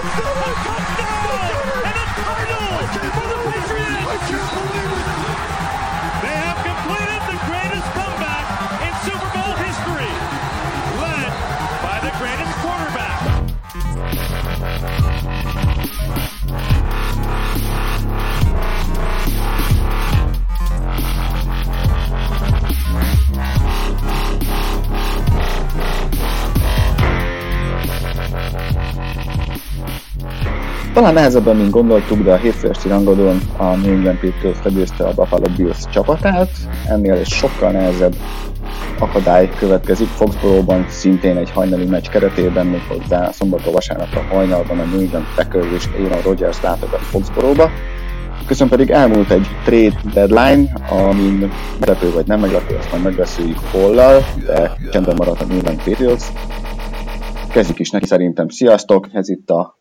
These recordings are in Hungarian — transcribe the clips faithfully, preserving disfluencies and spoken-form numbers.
Talán nehezebben, mint gondoltuk, de a hétfő esti rangadón a New England Patriots legyőzte a Buffalo Bills csapatát. Ennél egy sokkal nehezebb akadály következik Foxborough-ban, szintén egy hajnali meccs keretében, méghozzá szombatról vasárnapra hajnalban a New England Packers és Aaron Rodgers látogat Foxborough-ba. Közben pedig elmúlt egy trade deadline, amin meglepő vagy nem meglepő, azt majd megbeszéljük hollal, de csendben maradt a New England Patriots. Kezdjük is neki szerintem. Sziasztok! Ez itt a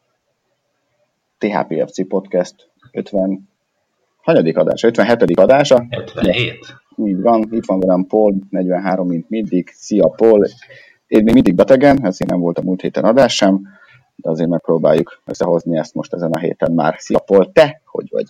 té há pé ef cé Podcast ötven hanyadik adása? ötvenhetedik adása? ötvenhét. Így van, itt van velem Paul, negyvenhárom, mint mindig. Szia Paul! Én még mindig betegen, ezért nem volt a múlt héten adás sem, de azért megpróbáljuk összehozni ezt most ezen a héten már. Szia Paul, te hogy vagy?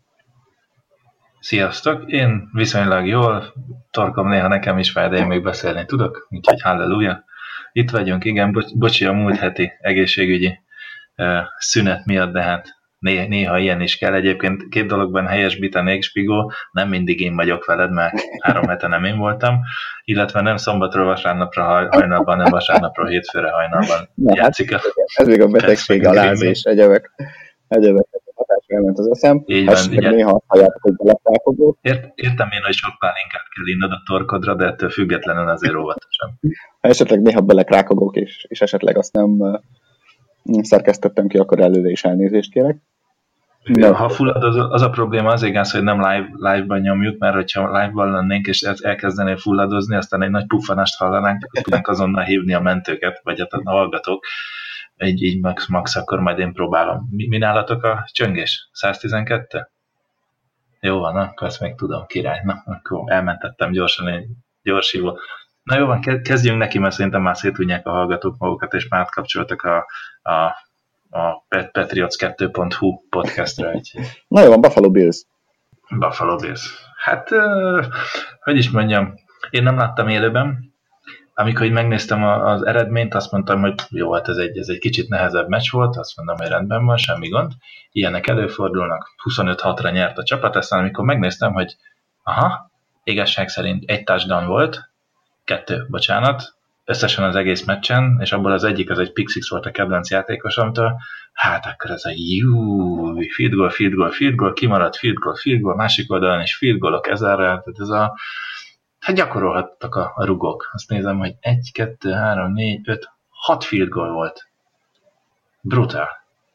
Sziasztok! Én viszonylag jól, torkom néha nekem is fáj, de én még beszélni tudok, úgyhogy halleluja. Itt vagyunk, igen, bo- bocsi a múlt heti egészségügyi uh, szünet miatt, de hát né- néha ilyen is kell. Egyébként két dologban helyesbítenék, Spigó, nem mindig én vagyok veled, mert három hete nem én voltam, illetve nem szombatról vasárnapra haj- hajnalban, nem vasárnapról hétfőre hajnalban Na, játszik. Hát, ez még a betegség alázés, egyebek. Egyebek. Hatásra elment az eszem, esetleg néha halljátok, hogy beletápogok. Ért, értem én, hogy sokkal inkább kell innod a torkodra, de ettől függetlenül azért óvatosan. Ha esetleg néha belekrákogok, és, és esetleg azt nem uh, szerkesztettem ki, akkor előre is elnézést kérek. No. Ha fullad, az, az a probléma az igaz, hogy nem live, live-ban nyomjuk, mert hogyha live-ban lennénk, és elkezdenél fulladozni, aztán egy nagy puffanást hallanánk, akkor tudnánk azonnal hívni a mentőket, vagy a hallgatók. Így, így max, max, akkor majd én próbálom. Mi, mi nálatok a csöngés? száztizenkettő? Jó van, akkor ezt még tudom, király. Na, akkor elmentettem gyorsan egy gyorshívó. Na jó van, kezdjünk neki, mert szerintem már szétudják a hallgatók magukat, és már átkapcsoltak a, a, a Patriots kettő pont hu podcastra. Na jó van, Buffalo Bills. Buffalo Bills. Hát, uh, hogy is mondjam, én nem láttam élőben. Amikor így megnéztem az eredményt, azt mondtam, hogy jó, hát ez egy, ez egy kicsit nehezebb meccs volt, azt mondom, hogy rendben van, semmi gond. Ilyenek előfordulnak, huszonöt hatra nyert a csapat, aztán amikor megnéztem, hogy aha, igazság szerint egy touchdown volt, kettő, bocsánat, összesen az egész meccsen, és abból az egyik az egy pick six volt a kedvenc játékosomtól, hát akkor ez a jó, field goal, field goal, field goal, kimaradt field goal, field goal, másik oldalon is field goalok ezerrel, tehát ez a hát gyakorolhattak a, a rugók. Azt nézem, hogy egy, kettő, három, négy, öt, hat field goal volt. Brutál.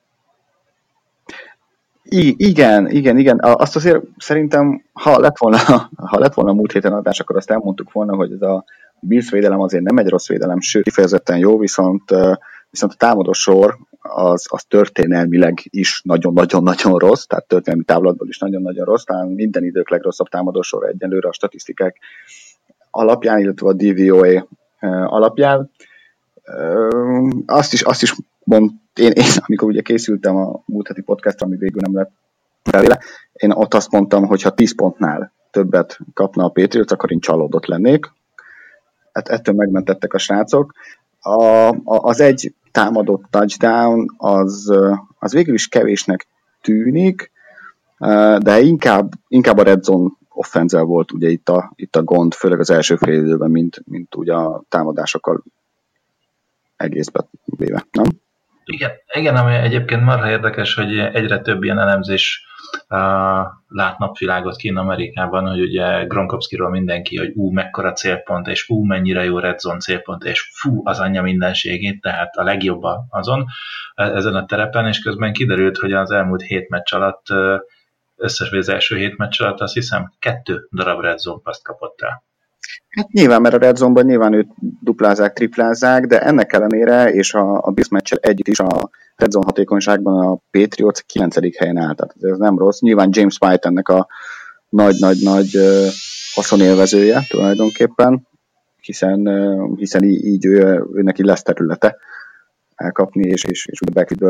I- igen, igen, igen. Azt azért szerintem, ha lett volna, ha lett volna múlt héten adás, akkor azt elmondtuk volna, hogy ez a Bills védelem azért nem egy rossz védelem, sőt, kifejezetten jó, viszont, viszont a támadó sor az, az történelmileg is nagyon-nagyon-nagyon rossz, tehát történelmi távlatból is nagyon-nagyon rossz, talán minden idők legrosszabb támadó sor egyenlőre a statisztikák alapján, illetve a dé vé o á alapján. Azt is, azt is mond, én, én, amikor ugye készültem a múlt heti podcastra, ami végül nem lett felvéle, én ott azt mondtam, hogy ha tíz pontnál többet kapna a Patriots, akkor én csalódott lennék. Hát ettől megmentettek a srácok. A, a, az egy támadott touchdown, az, az végül is kevésnek tűnik, de inkább, inkább a red zone offense volt ugye itt a, itt a gond, főleg az első fél időben, mint, mint ugye a támadásokkal egészben véve, nem? Igen, igen, ami egyébként marha érdekes, hogy egyre több ilyen elemzés uh, lát napvilágot kint Amerikában, hogy ugye Gronkowskiról mindenki, hogy ú, mekkora célpont, és ú, mennyire jó red zone célpont, és fú, az anyja mindenségét, tehát a legjobb azon, ezen a terepen, és közben kiderült, hogy az elmúlt hét meccs alatt, összesen az első hét meccs alatt azt hiszem kettő darab red zone paszt kapott el. Hát nyilván, mert a red zone-ban nyilván őt duplázák, triplázák, de ennek ellenére, és a, a Bills meccsel együtt is a red zone hatékonyságban a Patriots kilencedik helyen áll, tehát ez nem rossz. Nyilván James White ennek a nagy-nagy-nagy uh, haszonélvezője tulajdonképpen, hiszen, uh, hiszen így, így ő, ő neki lesz területe elkapni, és, és, és a backfieldből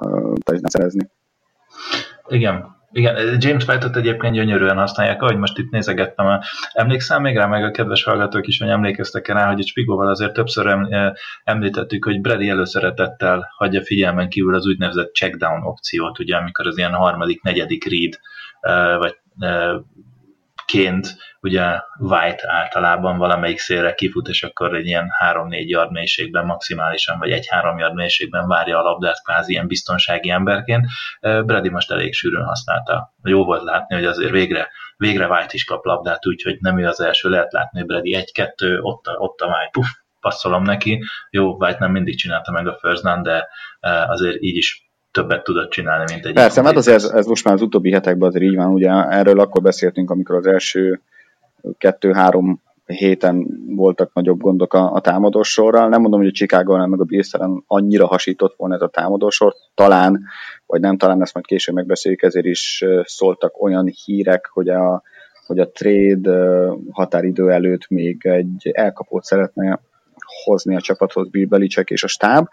uh, szerezni. Igen. Igen, James White-ot egyébként gyönyörűen használják, ahogy most itt nézegettem. Emlékszel még rá, meg a kedves hallgatók is, hogy emlékeztek rá, hogy itt Spigóval azért többször említettük, hogy Brady előszeretettel hagyja figyelmen kívül az úgynevezett checkdown opciót, ugye, amikor az ilyen harmadik, negyedik read, vagy ként ugye White általában valamelyik szélre kifut, és akkor egy ilyen három-négy yard mélységben maximálisan, vagy egy-három yard mélységben várja a labdát kvázi ilyen biztonsági emberként. Brady most elég sűrűn használta. Jó volt látni, hogy azért végre, végre White is kap labdát, úgyhogy nem ő az első, lehet látni, hogy Brady egy-kettő, ott a, ott a White, puff, passzolom neki. Jó, White nem mindig csinálta meg a first down, de azért így is többet tudott csinálni, mint egy... Persze, hát azért ez, ez most már az utóbbi hetekben azért így van, ugye erről akkor beszéltünk, amikor az első kettő-három héten voltak nagyobb gondok a, a támadósorral. Nem mondom, hogy a Chicago-nál meg a Bills-en annyira hasított volna ez a támadósor, talán, vagy nem talán, ezt majd később megbeszéljük, ezért is szóltak olyan hírek, hogy a, hogy a trade határidő előtt még egy elkapót szeretne hozni a csapathoz Bill Belichick és a stáb.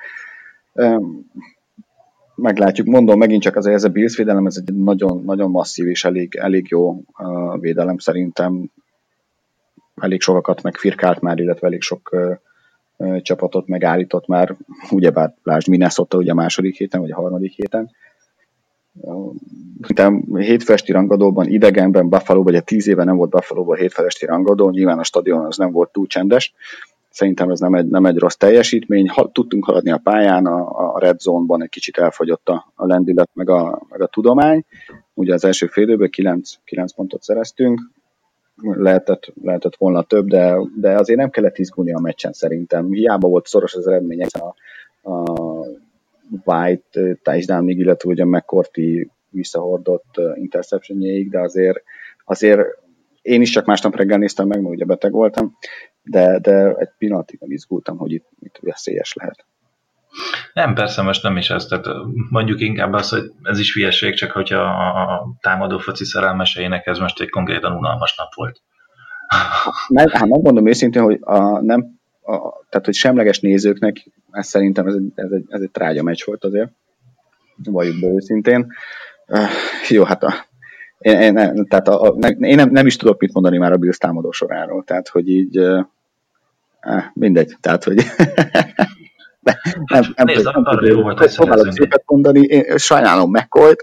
Meglátjuk, mondom, megint csak azért ez a Bills védelem, ez egy nagyon, nagyon masszív és elég, elég jó uh, védelem szerintem. Elég sokakat megfirkált már, illetve elég sok uh, uh, csapatot megállított már, ugyebár lásd Minnesota ugye a második héten, vagy a harmadik héten. Uh, hétfesti rangadóban, idegenben Buffalo, vagy a tíz éve nem volt Buffalo-ban hétfesti rangadó, nyilván a stadion az nem volt túl csendes. Szerintem ez nem egy, nem egy rossz teljesítmény. Ha, tudtunk haladni a pályán, a, a red zone-ban egy kicsit elfogyott a, a lendület, meg a, meg a tudomány. Ugye az első fél időben kilenc pontot szereztünk, lehetett, lehetett volna több, de, de azért nem kellett izgulni a meccsen szerintem. Hiába volt szoros az eredmény, a, a White touchdownig, illetve ugye McCourty visszahordott interceptionjéig, de azért, azért én is csak másnap reggel néztem meg, mert ugye beteg voltam, de, de egy pillanatig nem izgultam, hogy itt, itt veszélyes lehet. Nem, persze, most nem is ez. Tehát mondjuk inkább az, hogy ez is hülyeség, csak hogyha a támadó foci szerelmeseinek ez most egy konkrétan unalmas nap volt. Meg, hát megmondom őszintén, hogy a, nem, a, tehát, hogy semleges nézőknek, ez szerintem ez egy, ez egy, ez egy trágya meccs volt azért. Valljuk be őszintén. Uh, jó, hát a Én, én, nem, tehát a, a, én nem, nem is tudok mit mondani már a Bills támadó soráról, tehát hogy így uh, mindegy, tehát hogy nem, nem, nem, Nézd, nem, arra jó volt, hogy próbálok szépet mondani, én sajnálom McCoyt,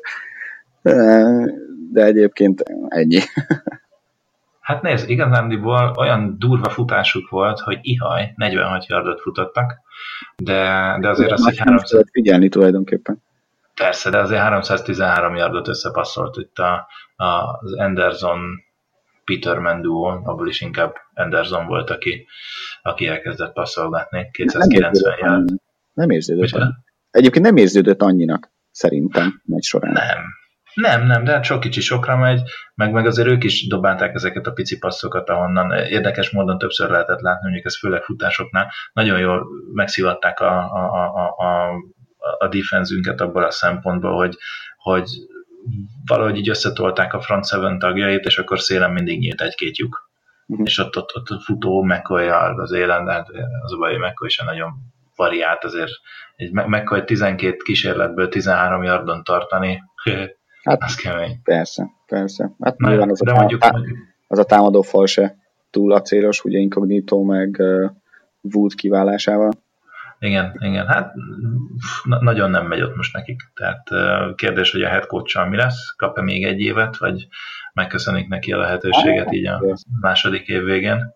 de egyébként ennyi. Hát nézd, igazándiból olyan durva futásuk volt, hogy ihaj, negyvenhat yardot futottak, de, de azért az, hogy háromszáz... figyelni tulajdonképpen. Persze, de azért háromszáztizenhárom yardot összepasszolt itt a, a, az Anderson-Peterman duo, abból is inkább Anderson volt, aki, aki elkezdett passzolgatni. kétszázkilencven yard. Nem érződött. Egyébként nem érződött annyinak, szerintem, megy során. Nem. Nem, nem, de hát sok kicsi sokra megy, meg, meg azért ők is dobálták ezeket a pici passzokat, ahonnan érdekes módon többször lehetett látni, mondjuk ez főleg futásoknál, nagyon jól megszivatták a, a, a, a, a defenzünket abból a szempontból, hogy, hogy valahogy így összetolták a front seven tagjait, és akkor szélen mindig nyílt egy-két lyuk. Uh-huh. És ott, ott, ott futó McCoy az élen, de hát az a baj, hogy McCoy sem nagyon variált, azért egy McCoy tizenkét kísérletből tizenhárom yardon tartani, hát, az kemény. Persze, persze. Hát na, nyilván az, a, mondjuk, tá- az a támadó fal se túl acélos, ugye Incognito meg uh, Wood kiválásával. Igen, igen, hát na- nagyon nem megy ott most nekik. Tehát uh, kérdés, hogy a head coach-sal mi lesz, kap-e még egy évet, vagy megköszönik neki a lehetőséget ah, így a második év végén.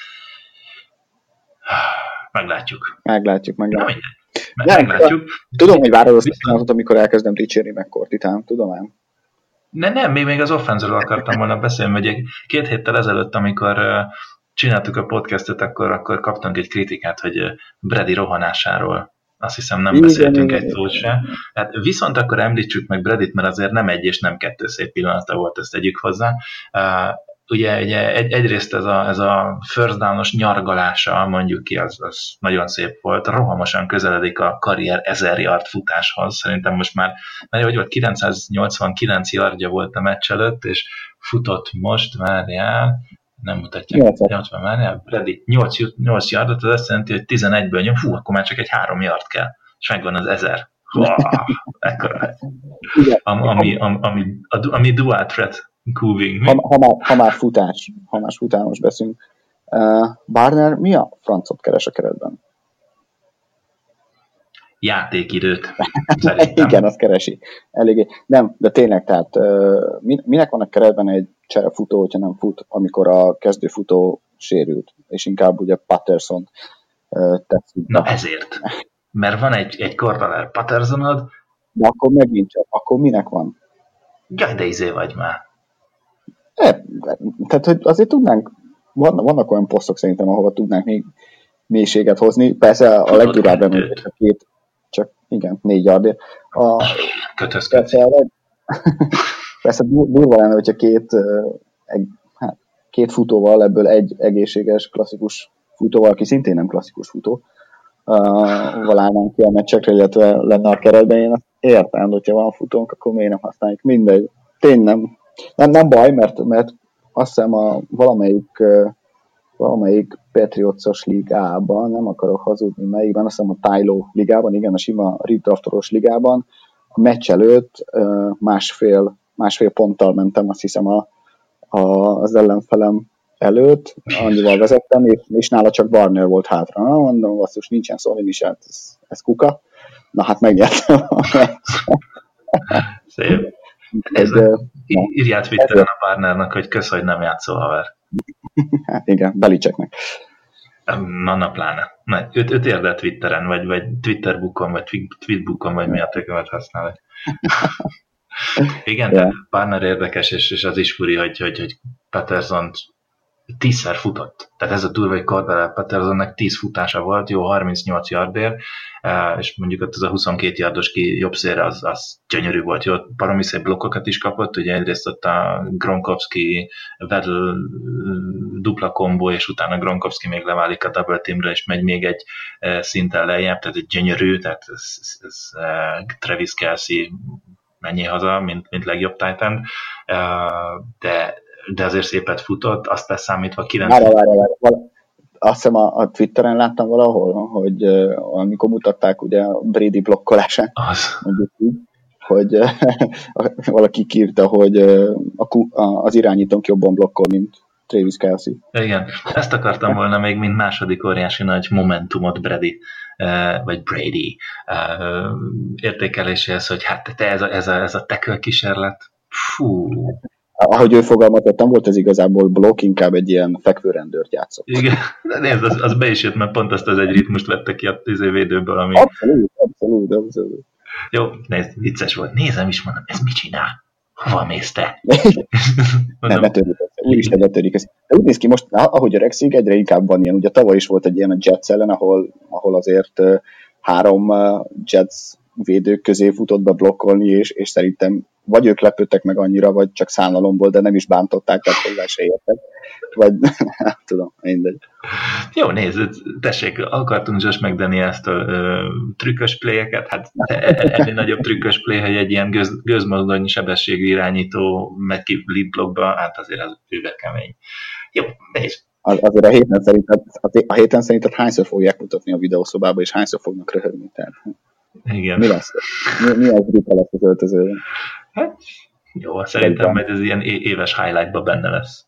Meglátjuk. Meglátjuk, meglátjuk. Meg, nem, meglátjuk. Tudom, hogy várod azt a pillanatot, amikor elkezdem dicsérni McCourty-t, tudom ám. Ne, nem, még, még az offenzről akartam volna beszélni, hogy két héttel ezelőtt, amikor uh, csináltuk a podcastot, akkor, akkor kaptunk egy kritikát, hogy uh, Brady rohanásáról azt hiszem nem igen, beszéltünk igen, egy szót se. Hát viszont akkor említsük meg Bradyt, mert azért nem egy és nem kettő szép pillanata volt, ezt tegyük hozzá. Uh, ugye, ugye egy, egyrészt ez a, ez a first down-os nyargalása, mondjuk ki, az, az nagyon szép volt. Rohamosan közeledik a karrier ezer yard futáshoz. Szerintem most már, mert hogy volt, kilencszáznyolcvankilenc yardja volt a meccs előtt, és futott most, várjál, nem mutatják, nyolcvan várjál, Brady nyolc, nyolc yardot, az azt jelenti, hogy tizenegyből nyom, fú, akkor már csak egy három yard kell, és megvan az ezer. Wow, Ekkora. Ami, ami, ami, ami dual threat cooling. Ha, ha, már, ha már futás, ha már futás most beszélünk. Uh, Barner mi a francot keres a keretben? Játékidőt, szerintem. Igen, azt keresi. Eléggé. Nem, de tényleg, tehát uh, minek van a keretben egy cserefutó, hogyha nem fut, amikor a kezdőfutó sérült, és inkább ugye Patterson uh, tetszik. Na ezért. Mert van egy, egy Cordarrelle Pattersonod. De akkor megint csak, akkor minek van? Jaj, de izé vagy már. E, tehát, hogy azért tudnánk, vannak olyan posztok szerintem, ahova tudnánk még mélységet hozni. Persze a legdurább említett a két, csak igen, négy yardért. Kötözködsz. Persze, persze durva lenne, hogyha két, egy, hát, két futóval, ebből egy egészséges, klasszikus futóval, aki szintén nem klasszikus futó, uh, valánánk ki a meccsekre, illetve lenne a keretben. Én azt értem, hogyha van futónk, akkor miért nem használjuk. Mindegy. Tény nem. Nem, nem baj, mert, mert azt hiszem a valamelyik, uh, valamelyik Patriotsos ligában, nem akarok hazudni melyikben, azt hiszem a Tylo ligában, igen, a sima redraftoros ligában, a meccs előtt uh, másfél, másfél ponttal mentem, azt hiszem a, a, az ellenfelem előtt, annyival vezettem, és, és nála csak Barner volt hátra. Na, mondom, basszus, nincsen szó, én is, hát ez, ez kuka. Na hát megnyertem a meccset. Szép. Ez, ez, írját Twitteren a Barnernak, hogy kösz, hogy nem játszol, haver. Hát igen, Belicseknek. Na, na pláne. Na, őt, őt érdelt Twitteren, vagy, vagy Twitterbookon, vagy Tweetbookon, vagy mi a tökömet használod. Igen, yeah. Tehát Barner érdekes, és, és az is furi, hogy, hogy, hogy Patterson tízszer futott. Tehát ez a durva, hogy Cordarrelle Pattersonnek tíz futása volt, jó harmincnyolc yardért, és mondjuk ott az a huszonkét yardos ki jobb szélre, az, az gyönyörű volt. Jó, baromi szép blokkokat is kapott, ugye egyrészt ott a Gronkowski Weddle dupla kombó, és utána Gronkowski még leválik a double teamre, és megy még egy szinten lejjebb, tehát egy gyönyörű, tehát ez, ez, ez Travis Kelce menjél haza, mint, mint legjobb tight end, de de azért szépet futott, azt leszámítva kilencven... Várj, várj, várj. Azt hiszem a, a Twitteren láttam valahol, hogy uh, amikor mutatták ugye a Brady blokkolását, az. mondjuk így, hogy uh, valaki írta, hogy uh, a, a, az irányítónk jobban blokkol, mint Travis Kelce. Igen, ezt akartam volna még, mint második óriási nagy momentumot Brady, uh, vagy Brady uh, értékeléséhez, hogy hát te ez a, ez a, ez a tackle kísérlet, fú... Ahogy ő fogalmazott, nem volt ez igazából blokk, inkább egy ilyen fekvőrendőrt játszott. Igen, de nézd, az, az be is jött, mert pont azt az egy ritmust vette ki a tízé védőből, ami... Abszolút, abszolút, abszolút. Jó, nézd, vicces volt. Nézem is, mondom, ez mit csinál? Hova mész te? Nem, betörjük ezt. Úristen, betörjük ezt. De úgy néz ki most, ahogy öregszik, egyre inkább van ilyen. Ugye tavaly is volt egy ilyen a Jets ellen, ahol, ahol azért uh, három uh, Jets védők közé futott be blokkolni, és, és szerintem vagy ők lepődtek meg annyira, vagy csak szánalomból, de nem is bántották, tehát hozzá se értek. Vagy nem tudom, mindegy. Jó, nézd, tessék, akartunk Josh McDaniels-t a trükkös playeket, hát ennél nagyobb trükkös play, hogy egy ilyen göz, gőzmozdony sebességű irányító megy ki lead blockba, hát azért az főbe kemény. Jó, nézd. Az, azért a héten szerinted, a héten szerinted hányszor fogják mutatni a videószobába, és hányszor fognak röhögni, tehát... Igen. Mi lesz? Mi, mi az rita lesz az öltözőben? Hát, jó, szerintem majd ez ilyen éves highlightban benne lesz.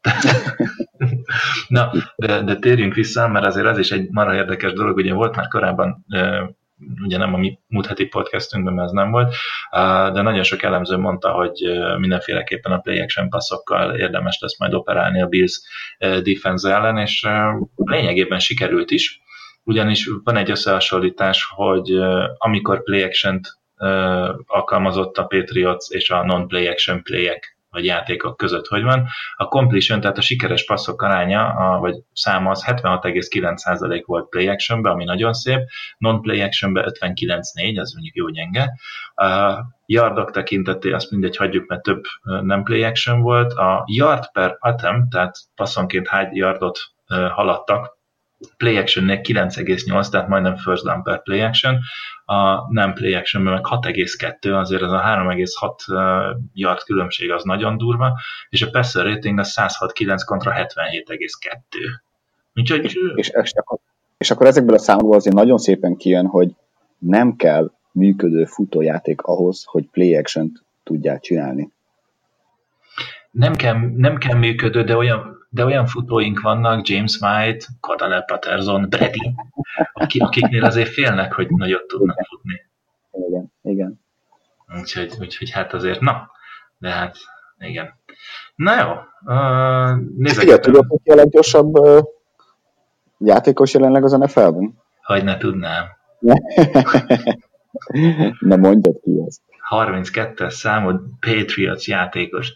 Na, de, de térjünk vissza, mert azért az is egy marha érdekes dolog, ugye volt már korábban, ugye nem a mi múlt heti podcastünkben, mert ez nem volt, de nagyon sok elemző mondta, hogy mindenféleképpen a play action passzokkal érdemes lesz majd operálni a Bills defense ellen, és lényegében sikerült is. Ugyanis van egy összehasonlítás, hogy uh, amikor play action-t uh, alkalmazott a Patriots és a non-play action playek vagy játékok között, hogy van, a completion, tehát a sikeres passzok aránya, a, vagy száma az hetvenhat egész kilenc százalék volt play actionben, ami nagyon szép, non-play actionben ötvenkilenc egész négy, ez mondjuk jó gyenge. A yardok tekintetén azt mindegy, hagyjuk, mert több nem play action volt. A yard per attempt, tehát passzonként hány yardot uh, haladtak, play actionnek kilenc egész nyolc, tehát majdnem first down per play action, a nem play actionben meg hat egész kettő, azért ez a három egész hat yard különbség az nagyon durva, és a passer rating az száz hat egész kilenc kontra hetvenhét egész kettő. Úgyhogy... És, és, és, akkor, és akkor ezekből a számokból azért nagyon szépen kijön, hogy nem kell működő futójáték ahhoz, hogy play action-t tudják csinálni. Nem kell, nem kell működő, de olyan, de olyan futóink vannak, James White, Cordell Patterson, Brady, akik, akiknél azért félnek, hogy nagyot tudnak igen. futni. Igen, igen. Úgyhogy, úgyhogy hát azért, na, de hát igen. Na jó, uh, nézzük. Tudod, hogy a leggyorsabb uh, játékos jelenleg az en ef el-ben? Hogy ne tudnám. Na mondjad ki ezt. harminckettes számú Patriots játékos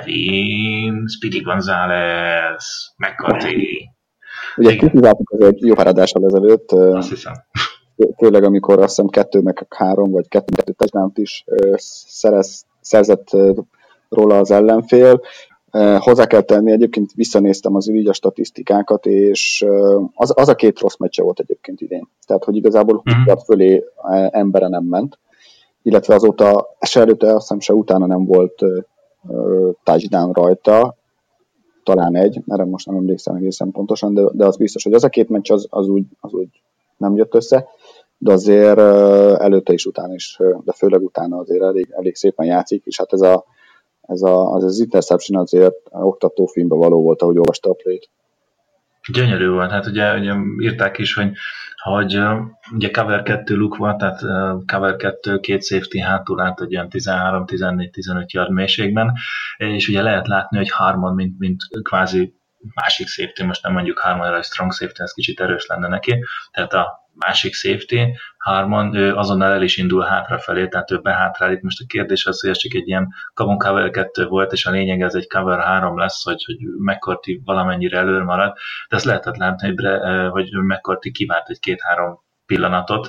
Devin, Speedy González, McCarthy. Ugye kritizáltuk az egy jó pár adással ezelőtt. Azt hiszem. Tényleg, amikor azt hiszem kettő meg három, vagy kettő, kettő touchdownt is szerez, szerzett róla az ellenfél. Hozzá kell tenni, egyébként visszanéztem az így a statisztikákat, és az, az a két rossz meccse volt egyébként idén. Tehát, hogy igazából húsz mm. fölé embere nem ment, illetve azóta se előtte, azt hiszem se utána nem volt uh, touchdown rajta, talán egy, erre most nem emlékszem egészen pontosan, de, de az biztos, hogy az a két meccs az, az, úgy, az úgy nem jött össze, de azért uh, előtte is, utána is, de főleg utána azért elég, elég szépen játszik, és hát ez a Ez, a, az, az interception azért oktatófilmbe való volt, ahogy olvasta a play-t. Gyönyörű volt, hát ugye, ugye írták is, hogy, hogy ugye cover kettő luk volt, tehát cover kettő, két safety hátul át egy olyan tizenhárom tizennégy tizenöt yard mélységben, és ugye lehet látni, hogy Harmon, mint, mint kvázi másik safety, most nem mondjuk Harmon, egy strong safety, ez kicsit erős lenne neki, tehát a másik safety, Harmon, ő azonnal el is indul hátrafelé, tehát ő behátrál. Itt most a kérdés az, hogy ez csak egy ilyen cover cover kettő volt, és a lényeg ez egy cover három lesz, hogy, hogy McCarthy valamennyire előr marad, de ezt lehetett látni, hogy, Bre, hogy McCarthy kivárt egy két-három pillanatot,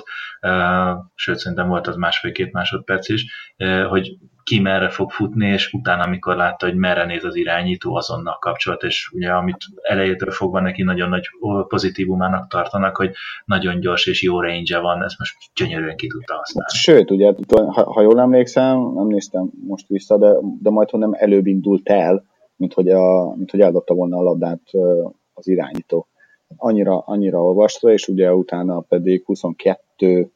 sőt szerintem volt az másfél-két másodperc is, hogy ki merre fog futni, és utána, amikor látta, hogy merre néz az irányító, azonnal kapcsolat, és ugye amit elejétől fogva neki nagyon nagy pozitívumának tartanak, hogy nagyon gyors és jó range van, ezt most gyönyörűen ki tudta használni. Sőt, ugye, ha, ha jól emlékszem, nem néztem most vissza, de, de majd nem előbb indult el, mint hogy, a, mint hogy eldobta volna a labdát az irányító. Annyira, annyira olvasta, és ugye utána pedig huszonkettő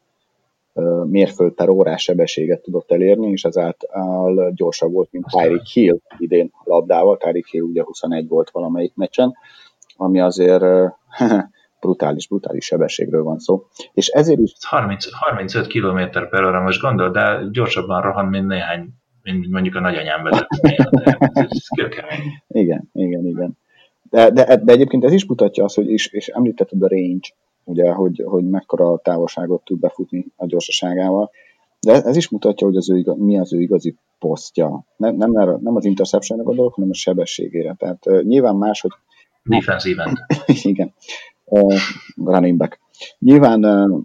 mérföld per órás sebességet tudott elérni, és ezáltal gyorsabb volt, mint Tyreek Hill idén a labdával. Tyreek Hill ugye huszonegy volt valamelyik meccsen, ami azért brutális, brutális sebességről van szó. És ezért is... harminc, harmincöt kilométer per óra, most gondol, de gyorsabban rohan, mint néhány, mint mondjuk a nagyanyám vezetőnél. Ez kőkemény. Igen, igen, igen. De, de, de egyébként ez is mutatja azt, hogy is, és említetted a range, ugye, hogy, hogy mekkora távolságot tud befutni a gyorsaságával, de ez is mutatja, hogy az ő, mi az ő igazi posztja. Nem, nem, nem az interceptionre gondolok, hanem a sebességére. Tehát uh, nyilván más, hogy... Defensive end. Igen. Uh, running back. Nyilván uh,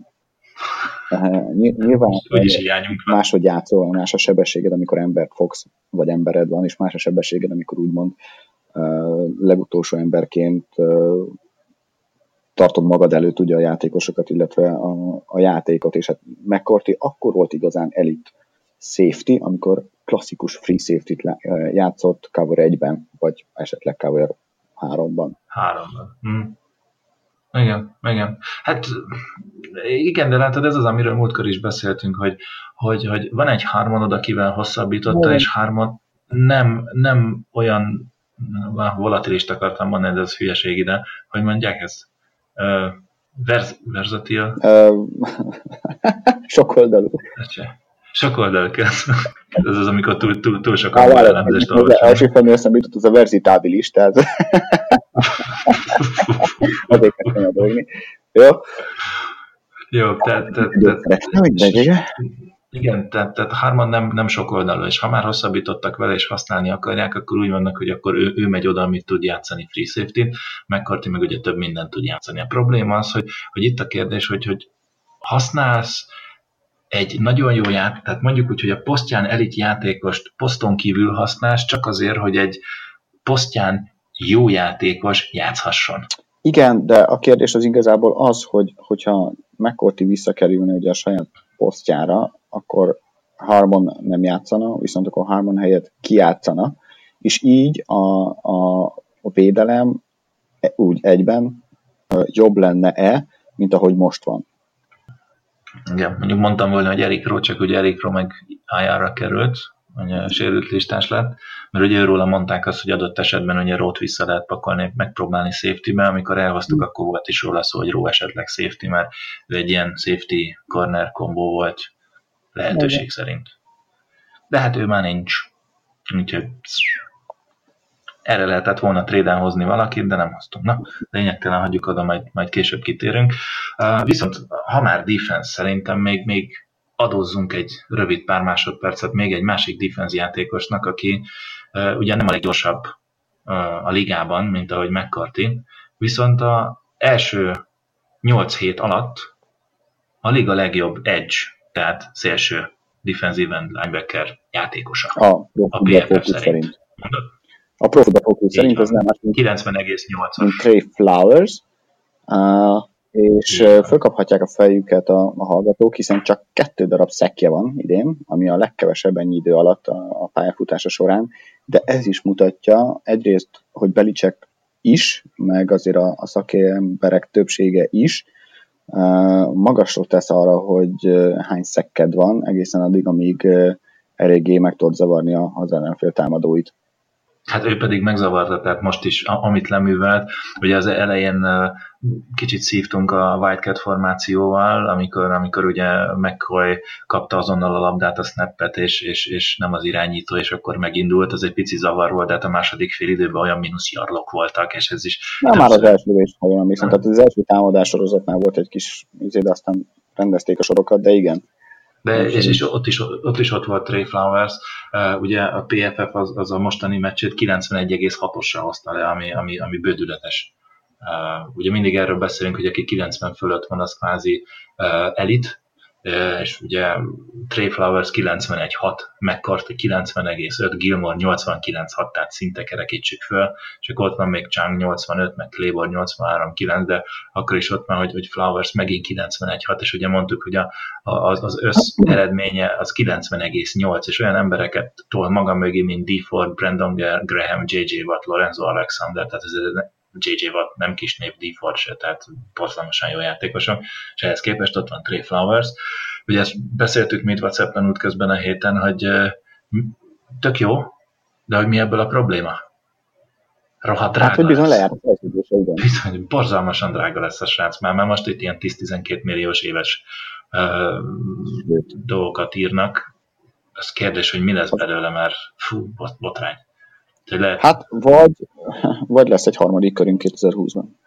uh, nyilván máshogy játszol, más a sebességed, amikor embert fogsz, vagy embered van, és más a sebességed, amikor úgymond uh, legutolsó emberként uh, tartod magad előtt ugye a játékosokat, illetve a, a játékot, és hát McCarthy akkor volt igazán elit safety, amikor klasszikus free safety-t játszott cover egyben, vagy esetleg cover háromban. Háromban. Hm. Igen, igen. Hát igen, de látod, ez az, amiről múltkor is beszéltünk, hogy, hogy, hogy van egy Harmonod, akivel hosszabbította, és Harmon nem, nem olyan volatilist akartam mondani, de ez hülyeség ide, hogy mondják ezt. Uh, verz, verzatil. Uh, sokoldalú. Sokoldalú. Ez az, amikor túl, túl, túl sokan van elemzést olvasom. Első felmi eszembe jutott, az a verzitábilis, tehát azért kell dolgni. Jó? Jó, tehát... tehát, tehát igen, tehát, tehát Harmon nem, nem sokoldalú, és ha már hosszabbítottak vele, és használni akarják, akkor úgy vannak, hogy akkor ő, ő megy oda, amit tud játszani free safety-t, McCarthy meg ugye több mindent tud játszani. A probléma az, hogy, hogy itt a kérdés, hogy, hogy használsz egy nagyon jó játék, tehát mondjuk úgy, hogy a posztján elit játékost poszton kívül használsz, csak azért, hogy egy posztján jó játékos játszhasson. Igen, de a kérdés az igazából az, hogy, hogyha McCarthy visszakerülne ugye a saját posztjára, akkor Harmon nem játszana, viszont akkor Harmon helyett kijátszana, és így a, a, a védelem úgy egyben jobb lenne-e, mint ahogy most van. Igen, mondjuk mondtam volna, hogy Erik Rowe, csak ugye Erik Rowe meg I R-ra került, ugye sérült listás lett, mert ugye őróla mondták azt, hogy adott esetben ugye Rowe-t vissza lehet pakolni, megpróbálni safety-be, amikor elhoztuk, akkor volt is róla szó, hogy Rowe esetleg safety, mert ő egy ilyen safety corner kombó volt lehetőség Igen. szerint. De hát ő már nincs. Úgyhogy erre lehetett volna tréden hozni valakit, de nem hoztunk. Na, lényegtelen hagyjuk oda, majd, majd később kitérünk. Uh, viszont ha már defense, szerintem még, még adózzunk egy rövid pár másodpercet még egy másik defense játékosnak, aki uh, ugye nem a leggyorsabb uh, a ligában, mint ahogy McCarthy, viszont az első nyolc hét alatt a liga legjobb edge, tehát szélső defensive end linebacker játékosa. A, a pé ef ef szerint. szerint. A Pro Football Focus szerint ez nem más, mint kilencven egész nyolcas. Mint Trey Flowers, uh, és uh, fölkaphatják a fejüket a, a hallgatók, hiszen csak kettő darab szekje van idén, ami a legkevesebb ennyi idő alatt a, a pályafutása során, de ez is mutatja egyrészt, hogy Belichick is, meg azért a, a szakemberek többsége is uh, magasról tesz arra, hogy uh, hány szekked van, egészen addig, amíg uh, eléggé meg tudod zavarni a, az ellenfél támadóit. Hát ő pedig megzavarta, tehát most is, amit leművelt, ugye az elején kicsit szívtunk a Wildcat formációval, amikor, amikor ugye McCoy kapta azonnal a labdát, a snappet, és, és, és nem az irányító, és akkor megindult, az egy pici zavar volt, de hát a második fél időben olyan mínusz jarlok voltak, és ez is... Na, már az első is, ha jól emlékszem, tehát az első támadás sorozatnál volt egy kis izé, de aztán rendezték a sorokat, de igen. De, és, és ott, is, ott is ott volt Trey Flowers, uh, ugye a pé ef ef az, az a mostani meccsét kilencvenegy egész hatosra hozta le, ami, ami, ami bődületes. Uh, ugye mindig erről beszélünk, hogy aki kilencven fölött van, az kvázi uh, elit, uh, és ugye Trey Flowers kilencvenegy hat, McCarthy kilencven egész öt, Gilmore nyolcvankilenc hat, tehát szinte kerekítsük föl, és akkor ott van még Chang nyolcvanöt, meg Claiborne nyolcvanhárom kilenc, de akkor is ott van, hogy, hogy Flowers megint kilencvenegy hat, és ugye mondtuk, hogy a, az, az össz eredménye az kilencven egész nyolc, és olyan embereket tol maga mögé, mint D. Ford, Brandon Graham, jé jé Watt, Lorenzo Alexander, tehát ez jé jé Watt nem kis név, D. Ford se, tehát borzalmasan jó játékosok, és ehhez képest ott van Trey Flowers. Ugye ezt beszéltük mi itt WhatsApp-en útközben a héten, hogy tök jó, de hogy mi ebből a probléma? Rohadt drága hát, hogy bizony lejárt a szerződése, igen. Bizony, borzalmasan drága lesz a srác már, mert most itt ilyen tíz-tizenkét milliós éves uh, dolgokat írnak. Az kérdés, hogy mi lesz belőle, mert fú, bot, botrány. Lehet... Hát, vagy, vagy lesz egy harmadik körünk kétezer-húszban.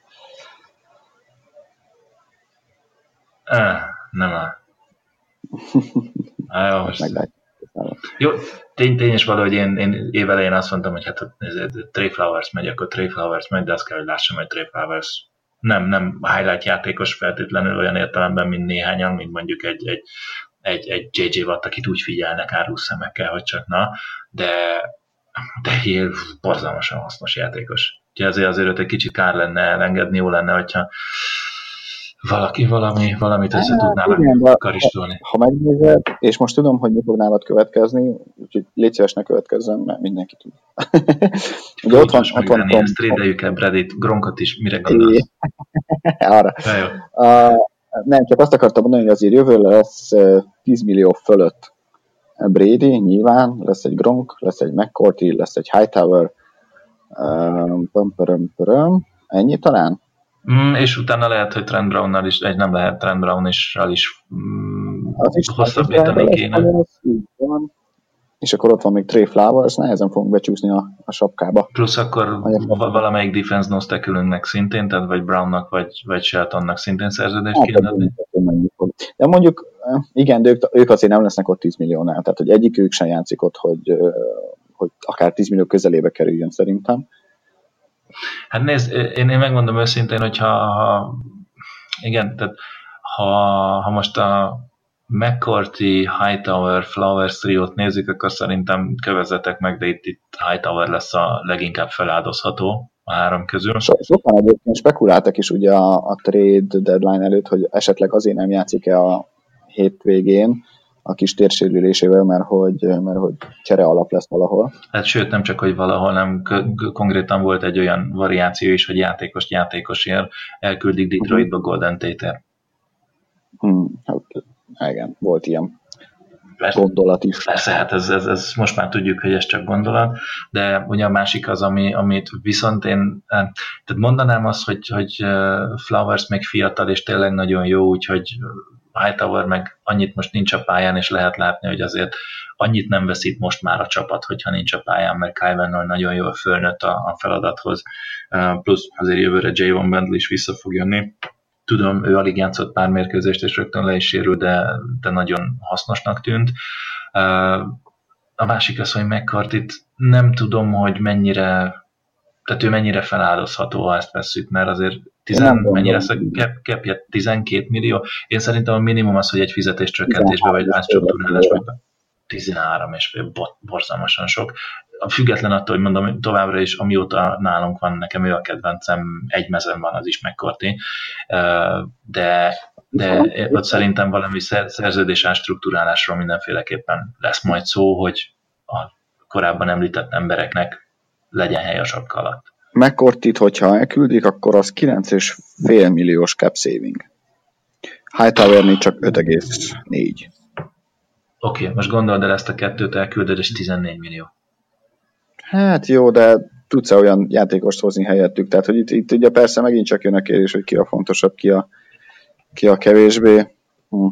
Uh, nem áll. Ah, jó, most... Jó, tény, tény is valahogy én, én évelején azt mondtam, hogy hát Trey Flowers megy, akkor Trey Flowers megy, de azt kell, hogy lássam, hogy Trey Flowers nem, nem highlight játékos feltétlenül olyan értelemben, mint néhányan, mint mondjuk egy, egy, egy, egy jé jé Watt, akit úgy figyelnek árus szemekkel, hogy csak na, de, de Hill borzalmasan hasznos játékos. Úgyhogy azért azért őt egy kicsit kár lenne elengedni, jó lenne, hogyha valaki valami, valamit össze tudnának karistolni. Ha, ha megnézed, és most tudom, hogy mi fog nálad következni, úgyhogy légy szíves, ne következzen, mert mindenki tud. Ugye ott van, ott van Tom. Ezt trédeljük el Bradit, Gronkot is, mire gondolsz? Arra. Uh, nem, csak azt akartam mondani, hogy azért jövőre lesz tíz millió fölött Brady, nyilván, lesz egy Gronk, lesz egy McCourty, lesz egy Hightower, um, pöm, pöröm, pöröm. Ennyi talán? Mm, és utána lehet, hogy Trent Brownnal is, egy nem lehet Trent Brown is, is, mm, is hosszabbítani kéne. Van. És akkor ott van még Trey Flowers, nehezen fogunk becsúszni a, a sapkába. Plusz akkor valamelyik defense nose tackle-ünknek szintén, tehát vagy Brownnak, vagy, vagy Sheltonnak szintén szerződést hát, kéne adni. De mondjuk, igen, de ők, ők azért nem lesznek ott tíz milliónál, tehát hogy egyikük sem játszik ott, hogy, hogy akár tíz millió közelébe kerüljön szerintem. Hát nézd, én, én megmondom őszintén, hogyha ha, igen, tehát ha, ha most a McCourty, Hightower, Flowers triót nézzük, akkor szerintem kövezzetek meg, de itt, itt Hightower lesz a leginkább feláldozható a három közül. So, sokan egyébként spekuláltak is ugye a, a trade deadline előtt, hogy esetleg azért nem játszik-e a hétvégén a kis térsérülésével, mert hogy, mert hogy csere alap lesz valahol. Hát sőt, nem csak, hogy valahol, nem konkrétan volt egy olyan variáció is, hogy játékost játékosért elküldik Detroitba Golden Tate-et. Hmm, hát, igen, volt ilyen Persze, gondolat is. persze, hát ez, ez, ez most már tudjuk, hogy ez csak gondolat, de ugye a másik az, ami, amit viszont én, tehát mondanám azt, hogy, hogy Flowers még fiatal, és tényleg nagyon jó, úgyhogy Hightower meg annyit most nincs a pályán, és lehet látni, hogy azért annyit nem veszít most már a csapat, hogyha nincs a pályán, mert Kyle Van Noy nagyon jól fölnőtt a, a feladathoz, plusz azért jövőre Javon Bentley is vissza fog jönni. Tudom, ő alig játszott pár mérkőzést, és rögtön le is sérül, de, de nagyon hasznosnak tűnt. A másik az, hogy McCarthyt nem tudom, hogy mennyire, tehát ő mennyire feláldozható, ha ezt vesszük, mert azért tizen, mennyire kepje tizenkét millió. Én szerintem a minimum az, hogy egy fizetéscsökkentésbe vagy átstruktúrálásba tizenhárom és fél, borzalmasan sok. Független attól, hogy mondom, továbbra is, amióta nálunk van, nekem ő a kedvencem, egy mezen van, az is McCarthy, de, de ott szerintem valami szerződés átstruktúrálásról mindenféleképpen lesz majd szó, hogy a korábban említett embereknek legyen hely a sapka alatt. McCarthyt, hogyha elküldik, akkor az kilenc és fél milliós cap saving. Hightowernél csak öt egész négy. Oké, okay, most gondold el ezt a kettőt, elküldöd, és tizennégy millió. Hát jó, de tudsz olyan játékost hozni helyettük, tehát hogy itt, itt ugye persze megint csak jön a kérdés, hogy ki a fontosabb, ki a, ki a kevésbé. Hm.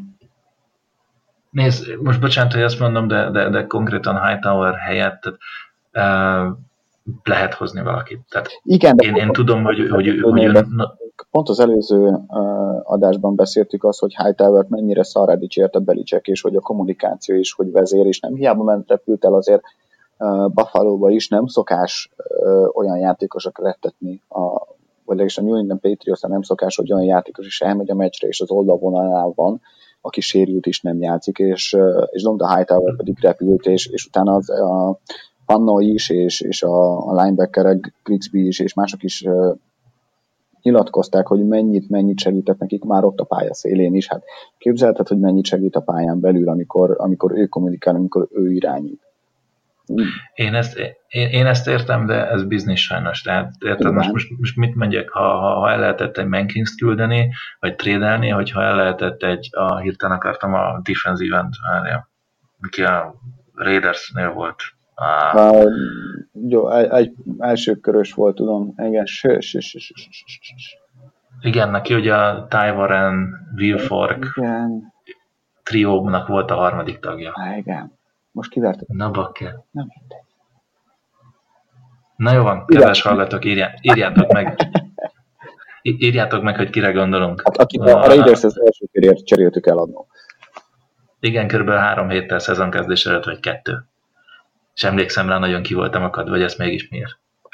Nézd, most bocsánat, hogy ezt mondom, de, de, de konkrétan Hightower helyett uh, lehet hozni valakit. Tehát igen, én, én tudom, hogy, hogy, hogy, hogy ön... Pont az előző uh, adásban beszéltük azt, hogy Hightower-t mennyire szarra dicsérte Belichick, és hogy a kommunikáció is, hogy vezér, és nem hiába ment repült el azért uh, Buffalo-ba is, nem szokás uh, olyan játékosok rettetni, a, vagy legalábbis a New England Patriots nem szokás, hogy olyan játékos is elmegy a meccsre, és az oldalvonalánál van, aki sérült is nem játszik, és, uh, és Donta Hightower pedig repült, és, és utána az a Panno is, és, és a, a linebackerek, Grigsby is, és mások is uh, nyilatkozták, hogy mennyit, mennyit segített nekik már ott a pálya szélén is. Hát képzelted, hogy mennyit segít a pályán belül, amikor, amikor ő kommunikál, amikor ő irányít. Én ezt, én, én ezt értem, de ez biznisz sajnos. Tehát érted, most, most, most mit mondjak, ha, ha, ha el lehetett egy Mankins küldeni, vagy trédelni, hogyha el lehetett egy, a, hirtelen akartam a defensive end, ki a Raidersnél volt. Ah. Uh, jó, egy, egy első körös volt, tudom. Igen, ső, ső, ső, ső, ső, ső. Igen, neki ugye a Ty Warren, Will Fork triónak volt a harmadik tagja. Ah, igen. Most kivertek. Na bakker. Nem mindegy. Na jó van, kedves hallgatók, írjá, írjátok meg. Írjátok meg, hogy kire gondolunk. Hát akit a, a Raiders az első körért cseréltük el adnó. Igen, kb. három héttel szezonkezdés előtt, vagy kettő. És emlékszem rá, nagyon ki voltam akadva, hogy ez mégis miért.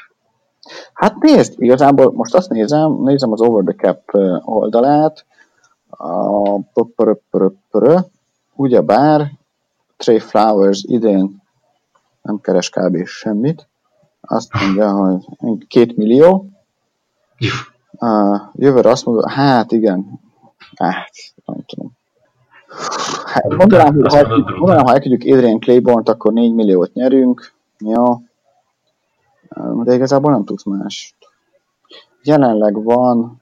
Hát nézd, igazából most azt nézem, nézem az Over the Cap oldalát, a pöpöröpöröpörö, ugyebár Trey Flowers idén nem keres kb. Semmit, azt mondja, hogy két millió, uh, jövőre azt mondja, hát igen, hát nem tudom. Hát, mondanám, hogy ha, mondanám, ha elküldjük Adrian Claiborne-t, akkor négy milliót nyerünk. Ja. De igazából nem tudsz más. Jelenleg van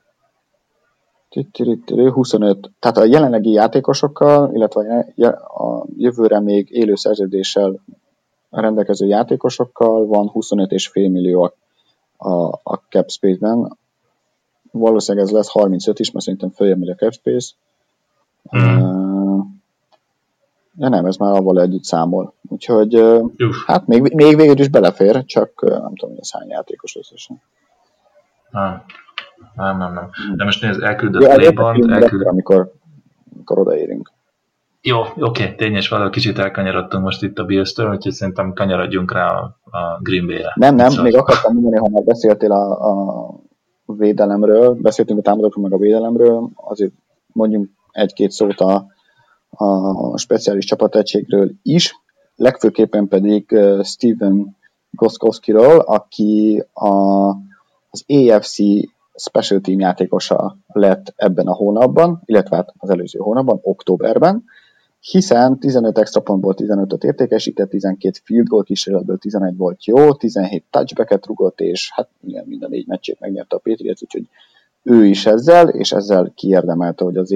huszonöt, tehát a jelenlegi játékosokkal, illetve a jövőre még élő szerződéssel rendelkező játékosokkal van huszonöt egész öt millió a, a cap space-ben. Valószínűleg ez lesz harmincöt is, mert szerintem följebb megy a cap space. Mm. Uh, de nem, ez már avval együtt számol. Úgyhogy Uf. hát még, még végül is belefér, csak nem tudom, hogy ez hány játékos összesen. Nem, nem, nem. nem. De most nézd, elküldött ja, Claiborne-t, elküldött... Amikor, amikor odaérünk. Jó, oké, tényes, valahol kicsit elkanyarodtunk most itt a Bills-től, úgyhogy szerintem kanyarodjunk rá a, a Green Bay-re. Nem, nem, még akartam mondani, ha már beszéltél a, a védelemről, beszéltünk a támadókról, meg a védelemről, azért mondjunk egy-két szót a, a speciális csapategységről is, legfőképpen pedig uh, Steven Gostkowskiról, aki a, az á ef cé Special Team játékosa lett ebben a hónapban, illetve hát az előző hónapban, októberben, hiszen tizenöt extra pontból tizenötöt értékesített, tizenkét field goal kísérletből tizenegy volt jó, tizenhét touchbacket rugott, és hát mind a négy meccsét megnyerte a Patriots, úgyhogy ő is ezzel, és ezzel kiérdemelte, hogy az év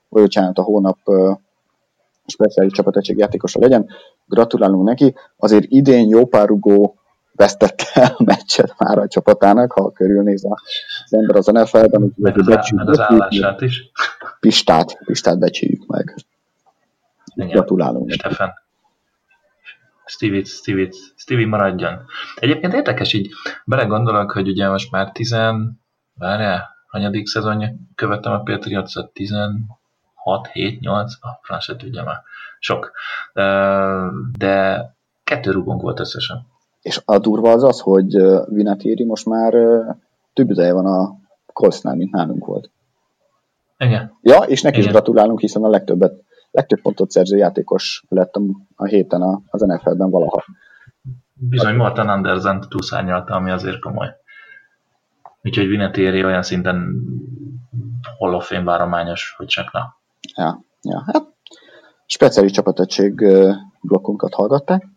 vagy bocsánat, a hónap uh, speciális csapategység játékosa legyen. Gratulálunk neki. Azért idén jó pár rugó vesztette el a meccset már a csapatának, ha körülnéz az ember az en ef el-ben. Meg az, á, meg az állását is. Pistát, Pistát becsüljük meg. Igen. Gratulálunk. Stefan. Stevie, Stevie, Stevie maradjon. Egyébként érdekes, így belegondolok, hogy ugye most már tizen, várjál, hanyadik szezonja követtem a Patriots-ot, tizenhat, hét, nyolc, a franc se tudja már, sok. De kettő rugónk volt összesen. És a durva az az, hogy Vinatieri most már több ideje van a Coltsnál, mint nálunk volt. Igen. Ja, és neki Igen. is gratulálunk, hiszen a legtöbbet, legtöbb pontot szerző játékos lett a héten az en ef el-ben valaha. Bizony, Morten Andersen túlszárnyalta, ami azért komoly. Úgyhogy Vinatieri olyan szinten Hall of Fame várományos, hogy csak na. Ja, ja. Hát, speciális csapategység blokkunkat hallgatták.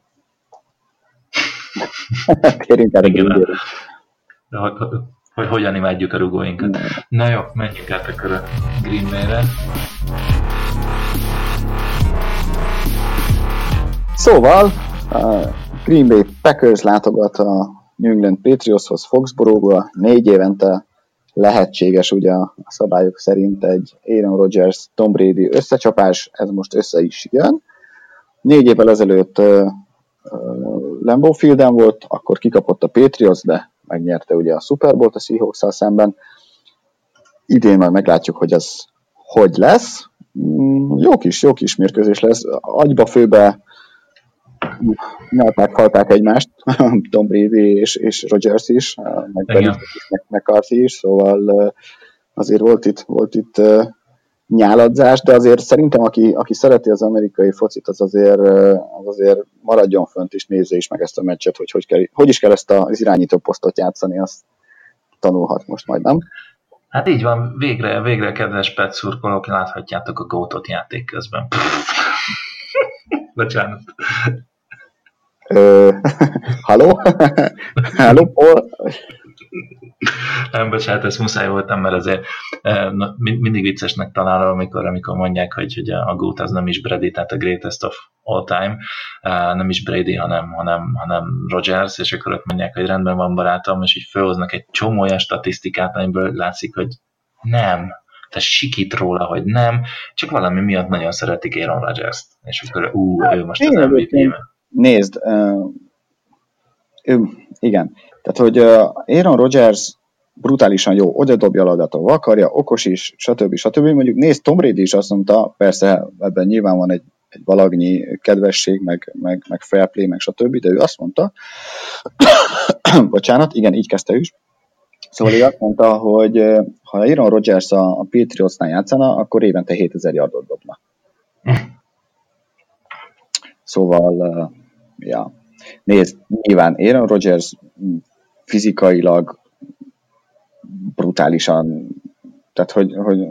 Kérünk erre Igen, hogy, hogy hogyan imádjuk a rugóinkat. Na jó, menjünk át akkor a Green Bay-re. Szóval a Green Bay Packers látogat a New England Patriotshoz Foxborough-ba, négy évente lehetséges ugye a szabályok szerint egy Aaron Rodgers Tom Brady összecsapás, ez most össze is jön. Négy évvel ezelőtt uh, uh, Lambeau Fielden volt, akkor kikapott a Patriots, de megnyerte ugye a Super Bowl-t a Seahawks-szal szemben. Idén már meglátjuk, hogy ez hogy lesz. Mm, jó kis, jó kis mérkőzés lesz. Agyba főbe nyalták, falták egymást, Tom Brady és, és Rodgers is, meg Benitez is, meg McCarthy is, szóval azért volt itt, volt itt nyáladzás, de azért szerintem, aki, aki szereti az amerikai focit, az azért, az azért maradjon fönt és nézze is meg ezt a meccset, hogy hogy, kell, hogy is kell ezt az irányító posztot játszani, azt tanulhat most majd, nem? Hát így van, végre, végre kedves pet szurkolók, láthatjátok a gótot játék közben. Bocsánat. Uh, Halló? Halló, Paul? Nem, bocsánat, ezt muszáj voltam, mert azért na, mindig viccesnek találom, amikor, amikor mondják, hogy, hogy a GOAT az nem is Brady, tehát a greatest of all time, nem is Brady, hanem, hanem, hanem Rodgers, és akkor ott mondják, hogy rendben van barátom, és így felhoznak egy csomó olyan statisztikát, amiből látszik, hogy nem, tehát sikít róla, hogy nem, csak valami miatt nagyon szeretik Aaron Rodgers-t, és akkor ú, ő most az em vé pé-ben. Nézd, uh, ő, igen, tehát, hogy uh, Aaron Rodgers brutálisan jó, oda dobja a labdát, ahol akarja, okos is, stb. stb. Mondjuk nézd, Tom Brady is azt mondta, persze ebben nyilván van egy, egy valagnyi kedvesség, meg, meg, meg fair play, meg stb., de ő azt mondta, bocsánat, igen, így kezdte is, szóval ő azt mondta, hogy ha Aaron Rodgers a, a Patriotsnál játszana, akkor évente hétezer yardot dobna. Szóval, uh, ja, nézd, nyilván Aaron Rodgers fizikailag brutálisan, tehát hogy, hogy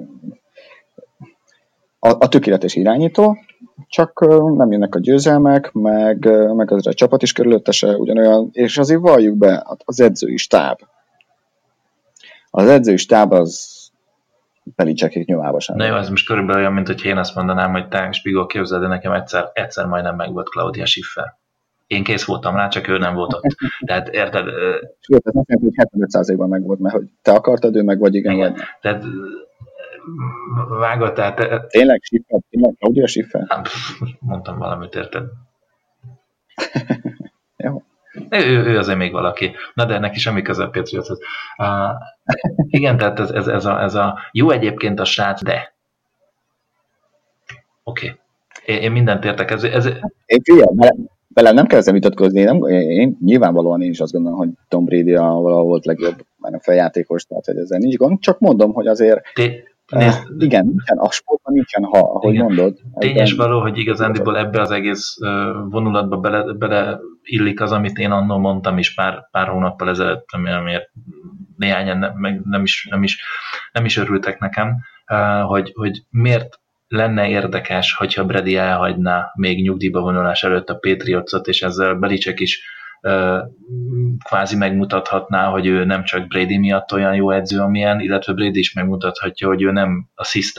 a, a tökéletes irányító, csak uh, nem jönnek a győzelmek, meg, uh, meg az a csapat is körülöttese ugyanolyan, és azért valljuk be, az edzői stáb. Az edzői stáb az Belichickék nyomába sem. Na jó, ez most körülbelül olyan, mint hogy én azt mondanám, hogy te, Spigol, képzeld, de nekem egyszer, egyszer majdnem meg volt Claudia Schiffer. Én kész voltam rá, csak ő nem volt ott. Tehát érted? Sőt, ez azt jelenti, hogy hetvenöt százalékban meg volt, mert hogy te akartad, ő meg vagy igen, igen. Vagy. Tehát vágott, tehát... Tényleg Schiffer? Tényleg Claudia Schiffer? Mondtam valamit, érted? Jó. Ő, ő azért még valaki. Na de neki semmi köze a Patriotshoz. Uh, igen, tehát ez, ez, ez, a, ez a jó egyébként a srác, de oké. Okay. Én, én mindent értek. Ez, ez... Én figyelj, velem nem kell ezzel vitatkozni. Nem, én, nyilvánvalóan én is azt gondolom, hogy Tom Brady a valahol volt legjobb már a feljátékos, tehát hogy ezzel nincs gond. Csak mondom, hogy azért Té- Nézd, uh, igen, nincsen, a sportban nincsen, ha, ahogy igen. mondod. Tényes való, hogy igazándiból ebbe az egész uh, vonulatba bele, bele illik az, amit én annól mondtam is pár, pár hónappal ezelőtt, amiért néhányan nem, meg nem, is, nem, is, nem is örültek nekem, uh, hogy, hogy miért lenne érdekes, hogyha Brady elhagyná még nyugdíjba vonulás előtt a Patriotsot, és ezzel Belichick is Uh, kvázi megmutathatná, hogy ő nem csak Brady miatt olyan jó edző, amilyen, illetve Brady is megmutathatja, hogy ő nem a system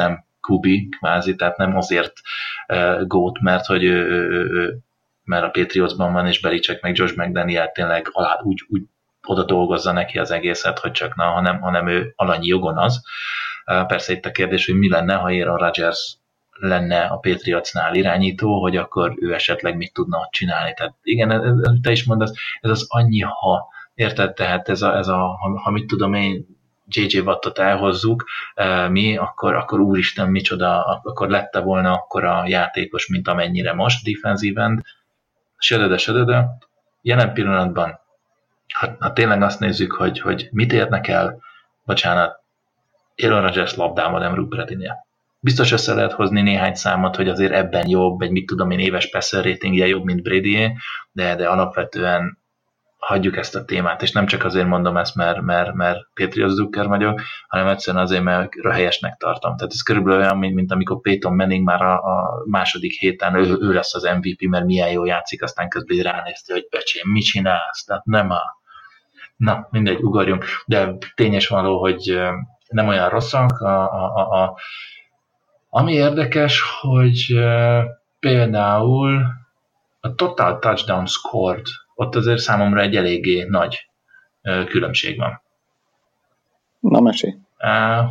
kubi, kvázi, tehát nem azért uh, gót, mert hogy ő, ő, ő, mert a Patriotsban van, és Belichick meg Josh McDaniel tényleg alá, úgy, úgy oda dolgozza neki az egészet, hogy csak na, hanem, hanem ő alanyi jogon az. Uh, persze itt a kérdés, hogy mi lenne, ha Aaron Rodgers lenne a Patriotsnál irányító, hogy akkor ő esetleg mit tudna ott csinálni. Tehát igen, te is mondasz, ez az annyi ha, érted? Tehát ez a, ez a ha, ha mit tudom én, jé jé Wattot elhozzuk, mi, akkor, akkor úristen, micsoda, akkor lette volna akkor a játékos, mint amennyire most, defensive end, södöde, södöde. Jelen pillanatban, ha, ha tényleg azt nézzük, hogy, hogy mit érnek el, bocsánat, Aaron Rodgers labdával, nem Brock Purdynél. Biztos össze lehet hozni néhány számot, hogy azért ebben jobb, egy mit tudom én, éves passer ratingje jobb, mint Bradyé, de, de alapvetően hagyjuk ezt a témát, és nem csak azért mondom ezt, mert, mert, mert Patriots Zucker vagyok, hanem egyszerűen azért, mert helyesnek tartom. Tehát ez körülbelül olyan, mint, mint amikor Peyton Manning már a, a második héten ő, ő lesz az em vé pé, mert milyen jól játszik, aztán közben ránézte, hogy öcsém, mit csinálsz? Tehát nem a... Na, mindegy, ugorjunk. De tényes való, hogy nem olyan rosszak. A, a, a, a, ami érdekes, hogy uh, például a total touchdown scored, ott azért számomra egy eléggé nagy uh, különbség van. Na, mesélj. Uh,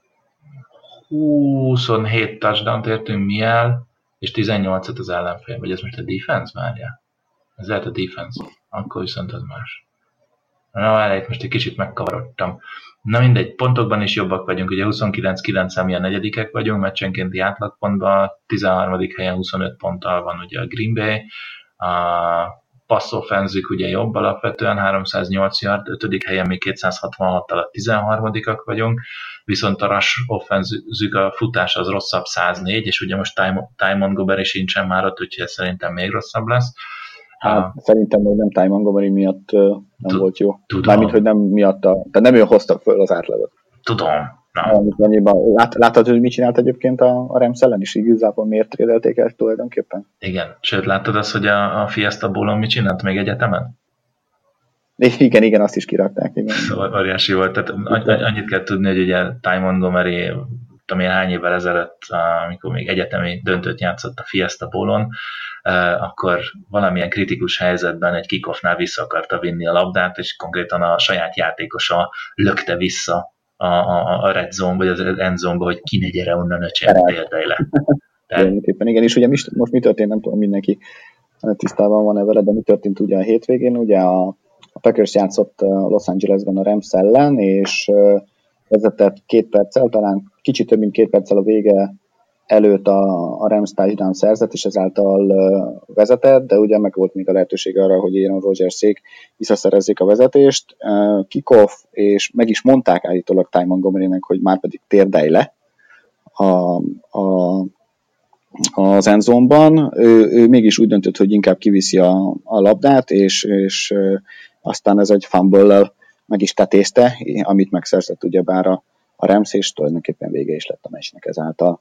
huszonhét touchdown-t értünk mi el, és tizennyolcat az ellenfél. Vagy ez most a defense várja? Ez lehet a defense. Akkor viszont az más. Na, elejét most egy kicsit megkavarodtam. Na mindegy, pontokban is jobbak vagyunk, ugye huszonkilenc kilenc mi a negyedikek vagyunk, meccsenkénti átlagpontban, tizenharmadik helyen huszonöt ponttal van ugye a Green Bay, a pass offenzük ugye jobb alapvetően, háromszáznyolc yard, ötödik helyen még kétszázhatvanhattal a tizenharmadikak vagyunk, viszont a rush offenzük, a futás az rosszabb száznégy, és ugye most Ty, Ty Montgomery sincsen már ott, úgyhogy szerintem még rosszabb lesz. Hát, uh, szerintem még nem Ty Montgomery miatt uh, nem tud, volt jó. Tudom. Mármint, hogy nem miatt, a, tehát nem ő hozta föl az átlagot. Tudom. Lát, láttad, hogy mit csinált egyébként a, a Rams ellen is, igazából miért trédelték el tulajdonképpen? Igen, sőt, láttad azt, hogy a, a Fiesta Bowl-on mit csinált még egyetemen? Igen, igen, azt is kirakták. Igen. Szóval óriási volt, tehát annyit kell tudni, hogy ugye Ty Montgomery, tudom én hány évvel ezelőtt, amikor még egyetemi döntőt játszott a Fiesta Bowl-on, akkor valamilyen kritikus helyzetben egy kickoffnál vissza akarta vinni a labdát, és konkrétan a saját játékosa lökte vissza a, a, a red zone, vagy az end zone-ba, hogy ki ne gyere onnan, öcsém, például le. Tehát... Igen, és ugye most mi történt, nem tudom, mindenki tisztában van-e vele, de mi történt ugye a hétvégén, ugye a, a Packers játszott Los Angelesben a Rams ellen, és vezetett két perccel, talán kicsit több mint két perccel a vége előtt a, a Rams touchdown szerzett, és ezáltal uh, vezetett, de ugye meg volt még a lehetőség arra, hogy Aaron Rodgersék visszaszerezzék a vezetést. Uh, Kickoff, és meg is mondták állítólag Ty Montgomerynek, hogy már pedig térdelj le a, a, az endzone-ban. Ő, ő mégis úgy döntött, hogy inkább kiviszi a, a labdát, és, és uh, aztán ez egy fumble-lel meg is tetézte, amit megszerzett ugyebár a, a Rams, és tulajdonképpen vége is lett a meccsnek ezáltal.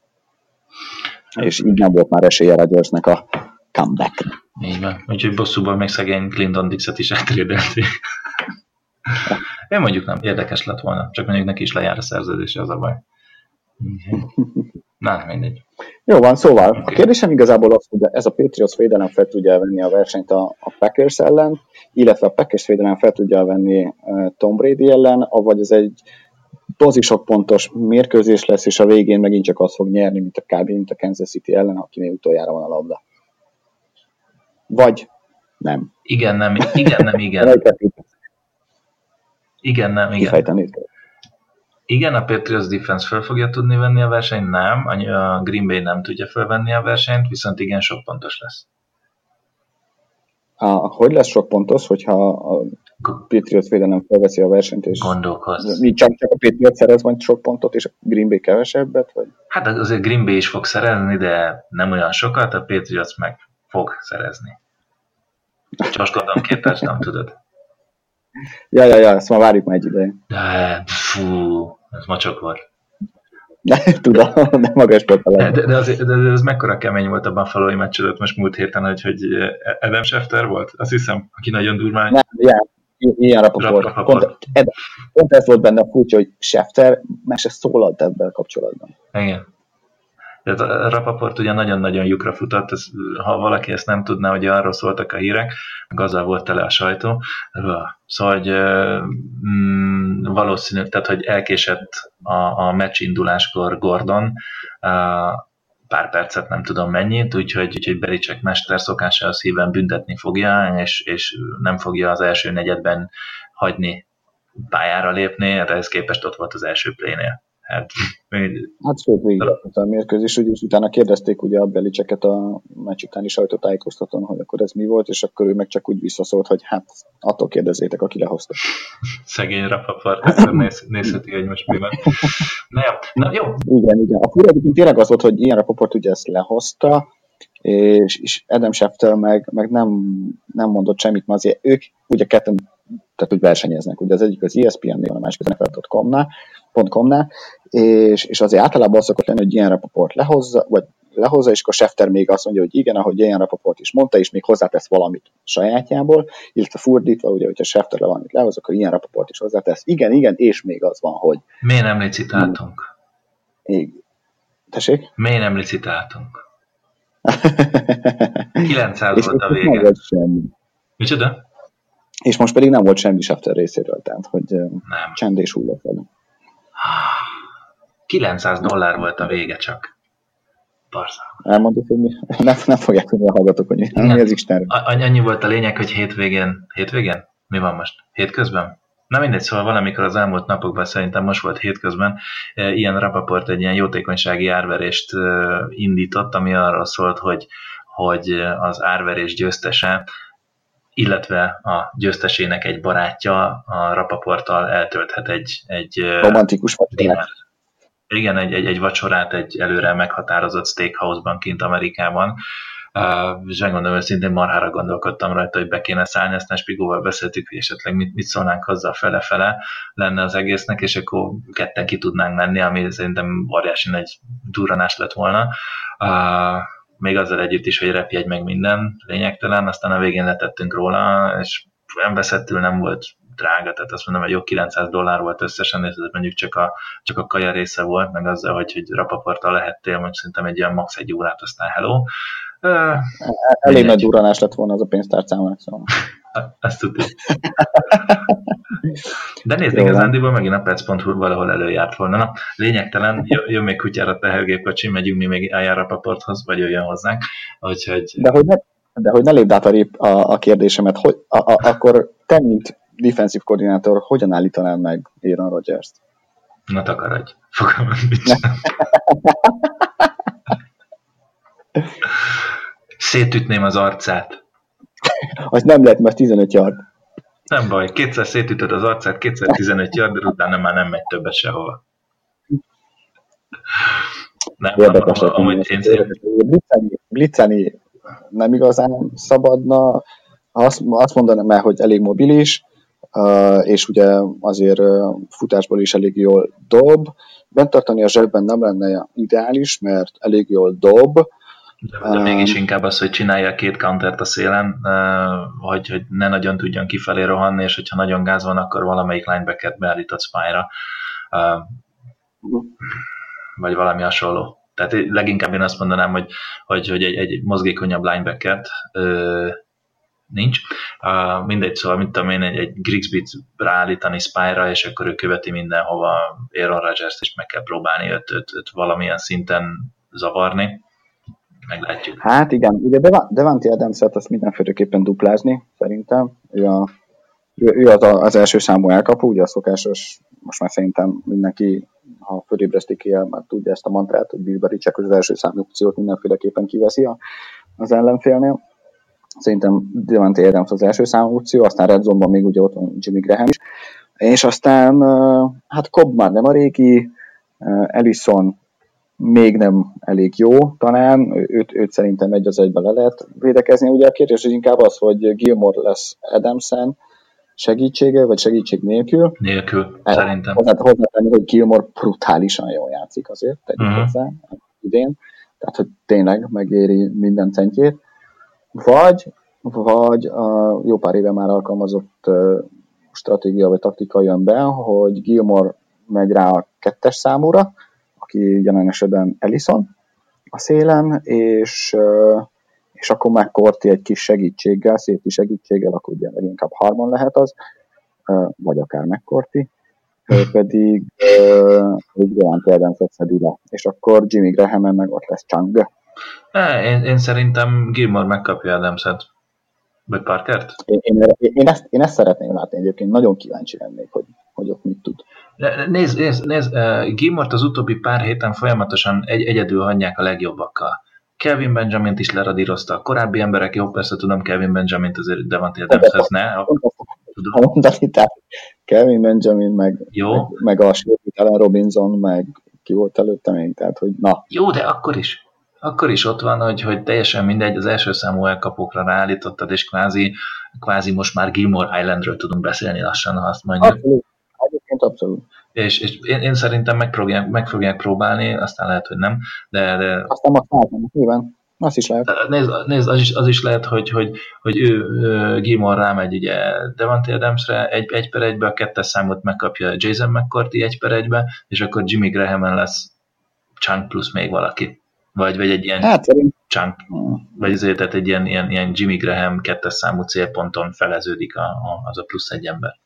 És így nem volt már esélye Rodgersnek a comeback. Így van. Úgyhogy bosszúból még szegény Clinton Dixet is átrédelték. Én mondjuk nem, érdekes lett volna, csak mondjuk neki is lejár a szerződése, az a baj. Na, mindegy. Jó van, szóval okay. A kérdésem igazából az, hogy ez a Patriots védelem fel tudja venni a versenyt a, a Packers ellen, illetve a Packers védelem fel tudja venni uh, Tom Brady ellen, vagy ez egy tozi sok pontos mérkőzés lesz, és a végén megint csak az fog nyerni, mint a kb. Mint a Kansas City ellen, akinél utoljára van a labda. Vagy nem. Igen, nem, igen, nem, igen. Igen, nem, igen. Kifejteni. Igen, a Patriots defense fel fogja tudni venni a versenyt, nem. A Green Bay nem tudja felvenni a versenyt, viszont igen, sok pontos lesz. A, hogy lesz sok pontos, hogyha a Patriots védelem felveszi a versenyt, és gondolkozz. Mi csak, csak a Patriots szerez majd sok pontot, és a Green Bay kevesebbet? Vagy? Hát azért Green Bay is fog szerezni, de nem olyan sokat, a Patriots meg fog szerezni. Csak most gondolom két touchdown, tudod? Ja, ja, ja, ezt már várjuk már egy ideje. De, fú, ez macsok volt. De, tudom, de magas de, de, de, az, de az mekkora kemény volt a Buffalo-i meccs előtt most múlt héten, hogy, hogy Adam Schefter volt? Azt hiszem, aki nagyon durván... Nem, ilyen, ilyen rapaport. Pont, pont ez volt benne a furcsa, hogy Schefter meg se szólalt ebben kapcsolatban. Igen. A Rapaport ugye nagyon-nagyon lyukra futott, ez, ha valaki ezt nem tudná, hogy arról szóltak a hírek, meg azzal volt tele a sajtó. Szóval, hogy mm, valószínű, tehát, hogy elkésett a, a meccs induláskor Gordon, pár percet, nem tudom mennyit, úgyhogy, úgyhogy Belichick mester szokásához híven büntetni fogja, és, és nem fogja az első negyedben hagyni pályára lépni, de ez képest ott volt az első playnél. Hát, hát sőt, végig a mérkőzés, és utána kérdezték ugye a Belichicket a meccs utáni sajtótájékoztatón, hogy akkor ez mi volt, és akkor ő meg csak úgy visszaszólt, hogy hát attól kérdezzétek, aki lehozta. Szegény Rapaport, akkor néz, nézheti, hogy most mi van. Na jó, na jó. Igen, igen. A fura egyébként tényleg az volt, hogy ilyen Rapaport ugye ezt lehozta, és, és Adam Schefter meg, meg nem, nem mondott semmit, mert azért ők ugye ketten, tehát úgy versenyeznek. Ugye az egyik az E S P N-nél, a másik az N F L pont com-nál, és, és azért általában az szokott lenni, hogy ilyen Rapaport lehozza, vagy lehozza, és akkor Schefter még azt mondja, hogy igen, ahogy ilyen Rapaport is mondta, és még hozzátesz valamit sajátjából, illetve fordítva, ugye, hogyha Schefter le valamit lehoz, akkor ilyen Rapaport is hozzátesz. Igen, igen, és még az van, hogy... Miért nem licitáltunk? Így. Tessék? Miért nem licitáltunk? kilencszáz volt a vége. Nem volt semmi. Micsoda? És most pedig nem volt semmi Schefter részéről, tehát, hogy nem. Csend és hullott vele. kilencszáz dollár volt a vége csak. Barza. Elmondjuk, hogy mi? Nem, nem fogják tudni a hallgatók, hogy mi, mi az Isten. Annyi volt a lényeg, hogy hétvégén, hétvégén? Mi van most? Hétközben? Na mindegy, szóval valamikor az elmúlt napokban, szerintem most volt hétközben, ilyen Rapaport egy ilyen jótékonysági árverést indított, ami arról szólt, hogy, hogy az árverés győztese, illetve a győztesének egy barátja a Rapaporttal eltölthet egy, egy romantikus vacsorát. Igen, egy, egy, egy vacsorát egy előre meghatározott steakhouse-ban kint Amerikában. Uh, és megmondom, hogy szintén marhára gondolkodtam rajta, hogy be kéne szállni, aztán Spigóval beszéltük, hogy esetleg mit, mit szólnánk hozzá fele-fele lenne az egésznek, és akkor ketten ki tudnánk menni, ami szerintem óriási nagy durranás lett volna. Uh, még azzal együtt is, hogy repjegy meg minden, lényegtelen, aztán a végén letettünk róla, és olyan veszettül nem volt drága, tehát azt mondom, hogy jó kilencszáz dollár volt összesen, és ez mondjuk csak a, csak a kaja része volt, meg azzal, hogy, hogy Rapaporttal lehettél, mondjuk szerintem egy olyan max. Egy órát, aztán hello. Uh, Elég nagy durranás lett volna az a pénztárcámnak, szóval. Ezt tudjuk. De nézd, igazándiból megint a pec pont hu valahol előjárt volna. Na, lényegtelen, jön még kutyára tehergépkocsi, megyünk mi még eljár Rapaporthoz, vagy jöjjön hozzánk. Úgyhogy... De hogy ne, de hogy ne lépd át a, rép, a, a kérdésemet, hogy a, a, akkor te, mint defensív koordinátor, hogyan állítanál meg Aaron Rodgers-t? Na takarodj. Fogalmam nincs. Szétütném az arcát. Az nem lehet, mert tizenöt yard. Nem baj, kétszer szétütöd az arcát, kétszer tizenöt yard, de utána már nem megy többet sehova. Nem, érdekes, amúgy én blitzeni, blitzeni nem igazán szabadna. Azt, azt mondanám el, hogy elég mobilis, és ugye azért futásból is elég jól dob. Bent tartani a zsebben nem lenne ideális, mert elég jól dob. De, de mégis inkább az, hogy csinálja két countert a szélen, hogy, hogy ne nagyon tudjon kifelé rohanni, és hogyha nagyon gáz van, akkor valamelyik linebackert beállított spy-ra. Vagy valami hasonló. Tehát leginkább én azt mondanám, hogy, hogy, hogy egy, egy mozgékonyabb linebackert nincs. Uh, mindegy, szóval mit tudom én, egy, egy Grigsby-t ráállítani spy-ra, és akkor ő követi mindenhova Aaron Rodgers-t, és meg kell próbálni őt, őt, őt valamilyen szinten zavarni. Meglátjuk. Hát igen, ugye Davante Adams-et azt mindenféleképpen duplázni, szerintem. Ő, a, ő, ő az, a, az első számú elkapó, ugye a szokásos, most már szerintem mindenki, ha fölébresztik ki el, már tudja ezt a mantrát, hogy Bill Belichick az első számú opciót mindenféleképpen kiveszi az ellenfélnél. Szerintem Davante Adams az első számú opció, aztán Red Zone-ban még ugye ott van Jimmy Graham is. És aztán, hát Cobb már nem a régi, Ellison még nem elég jó, talán, őt, őt szerintem egy az egyben le lehet védekezni. Ugye a kérdés is inkább az, hogy Gilmore lesz Adamsen segítsége, vagy segítség nélkül. Nélkül, el, szerintem. Hozzátenni, hogy Gilmore brutálisan jól játszik azért, tegyük uh-huh. hozzá idén. Tehát, hogy tényleg megéri minden centjét. Vagy, vagy a jó pár éve már alkalmazott uh, stratégia vagy taktika jön be, hogy Gilmore megy rá a kettes számúra, aki jelen esetben Ellison, a szélen, és, és akkor McCourty egy kis segítséggel, szépi segítséggel, akkor ugye inkább hárman lehet az, vagy akár McCourty, pedig egy Devante Adams-et szedi le, és akkor Jimmy Graham-en meg ott lesz Chung. Én, én szerintem Gilmore megkapja Adams-et. Vagy Parkert? Én, én, én, ezt, én ezt szeretném látni egyébként, nagyon kíváncsi lennék, hogy, hogy ott mit tud. Nézd, nézd, nézd uh, Gilmore-t az utóbbi pár héten folyamatosan egy, egyedül hagyják a legjobbakkal. Kelvin Benjamint is leradírozta. A korábbi emberek, jó, persze tudom, Kelvin Benjamint azért Devante Adamshez ne. Ha mondani, tehát Kelvin Benjamin, meg, meg, meg a sérült Allen Robinson, meg ki volt előtte még, tehát hogy na. Jó, de akkor is. Akkor is ott van, hogy, hogy teljesen mindegy, az első számú elkapókra ráállítottad, és kvázi, kvázi most már Gilmore Islandről tudunk beszélni lassan, ha azt mondjuk. Abszolút. Egyébként abszolút. És, és én, én szerintem meg fogják, meg fogják próbálni, aztán lehet, hogy nem, de... de... Aztán most látom, nyilván. Azt is lehet. Nézd, nézd az, is, az is lehet, hogy, hogy, hogy ő, ő Gilmore rámegy ugye Devante Adamsre, egy, egy per egybe, a kettes számot megkapja Jason McCourty egy per egybe, és akkor Jimmy Graham-en lesz Chung plusz még valaki. Vagy, vagy egy ilyen hát, Chung, vagy azért, tehát egy ilyen, ilyen, ilyen Jimmy Graham kettes számú célponton feleződik a, a, az a plusz egy ember.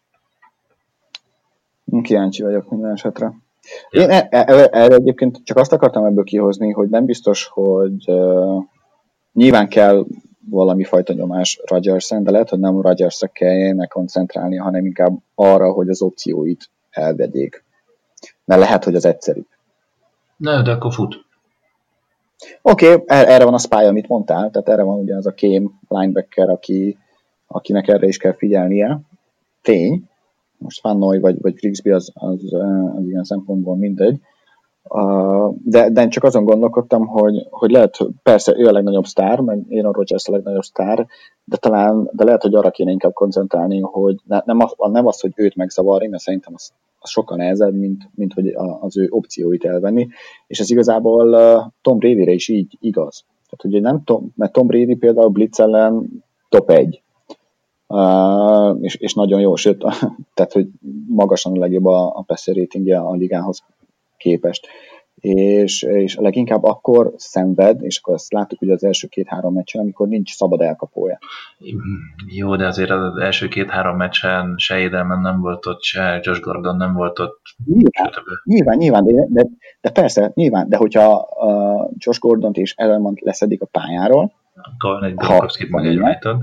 Kíváncsi vagyok minden esetre. Ja. Én erre egyébként csak azt akartam ebből kihozni, hogy nem biztos, hogy uh, nyilván kell valami fajta nyomás Rodgersen, de lehet, hogy nem Rodgersre kellene koncentrálni, hanem inkább arra, hogy az opcióit elvegyék. Mert lehet, hogy az egyszerűbb. Ne, de akkor fut. Oké, okay, erre van a spy, amit mondtál, tehát erre van ugye az a Kém linebacker, aki, akinek erre is kell figyelnie. Tény. Most Van Noy vagy, vagy Grigsby az, az, az ilyen szempontból mindegy. Uh, de, de én csak azon gondolkodtam, hogy, hogy lehet, persze ő a legnagyobb sztár, meg Aaron Rodgers a legnagyobb sztár, de talán, de lehet, hogy arra kéne inkább koncentrálni, hogy ne, nem, az, nem az, hogy őt megzavarni, mert szerintem az, az sokkal nehezebb, mint, mint hogy az ő opcióit elvenni, és ez igazából uh, Tom Bradyre is így igaz. Tehát ugye nem Tom, mert Tom Brady például blitz ellen top egy. Uh, és, és nagyon jó, sőt, tehát, hogy magasan a legjobb a, a passer ratingje a ligához képest. És, és leginkább akkor szenved, és akkor azt láttuk ugye az első két-három meccsen, amikor nincs szabad elkapója. Jó, de azért az első két-három meccsen se Edelman nem volt ott, se Josh Gordon nem volt ott. Nyilván, nyilván, nyilván de, de, de persze, nyilván, de hogyha uh, Josh Gordont és Edelmant leszedik a pályáról, akkor egy Gronkowskit meg egy White-ot,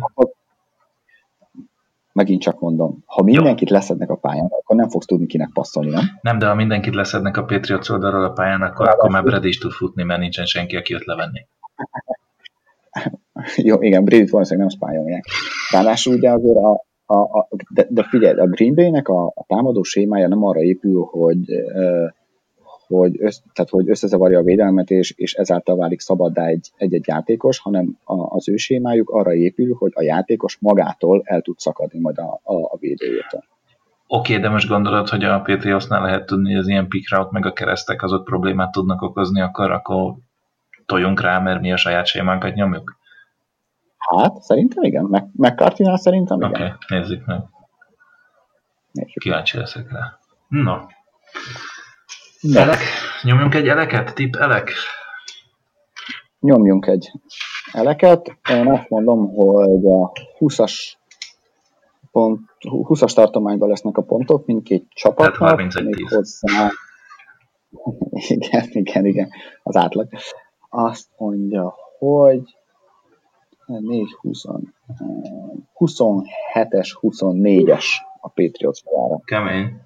megint csak mondom, ha mindenkit jó. leszednek a pályán, akkor nem fogsz tudni kinek passzolni, nem? Nem, de ha mindenkit leszednek a Patriots oldalról a pályán, akkor, akkor már Brady is tud futni, mert nincsen senki, aki őt levenni. Jó, igen, Brady-t valószínűleg nem spájolják. Ráadásul ugye azért a, a, a de, de figyelj, a Green Bay-nek a, a támadó sémája nem arra épül, hogy, uh, hogy, össz, tehát, hogy összezavarja a védelmet, és, és ezáltal válik szabaddá egy, egy-egy játékos, hanem a, az ő sémájuk arra épül, hogy a játékos magától el tud szakadni majd a, a, a védőjétől. Oké, okay, de most gondolod, hogy a Patriotsnál lehet tudni, hogy az ilyen pick route meg a keresztek azok problémát tudnak okozni, akkor, akkor toljunk rá, mert mi a saját sémánkat nyomjuk? Hát, szerintem igen. Meg, McCarthy-nál szerintem igen. Oké, okay, nézzük meg. Nézzük. Kíváncsi leszek rá. No. No. Elek? Nyomjunk egy eleket? Tipp elek? Nyomjunk egy eleket. Én azt mondom, hogy a húszas pont, húszas tartományban lesznek a pontok mindkét csapatnak. Tehát harmincegy tíz. Hozzá... Igen, igen, igen, az átlag. Azt mondja, hogy négy húsz, huszonhetes huszonnégyes a Patriots felára. Kemény.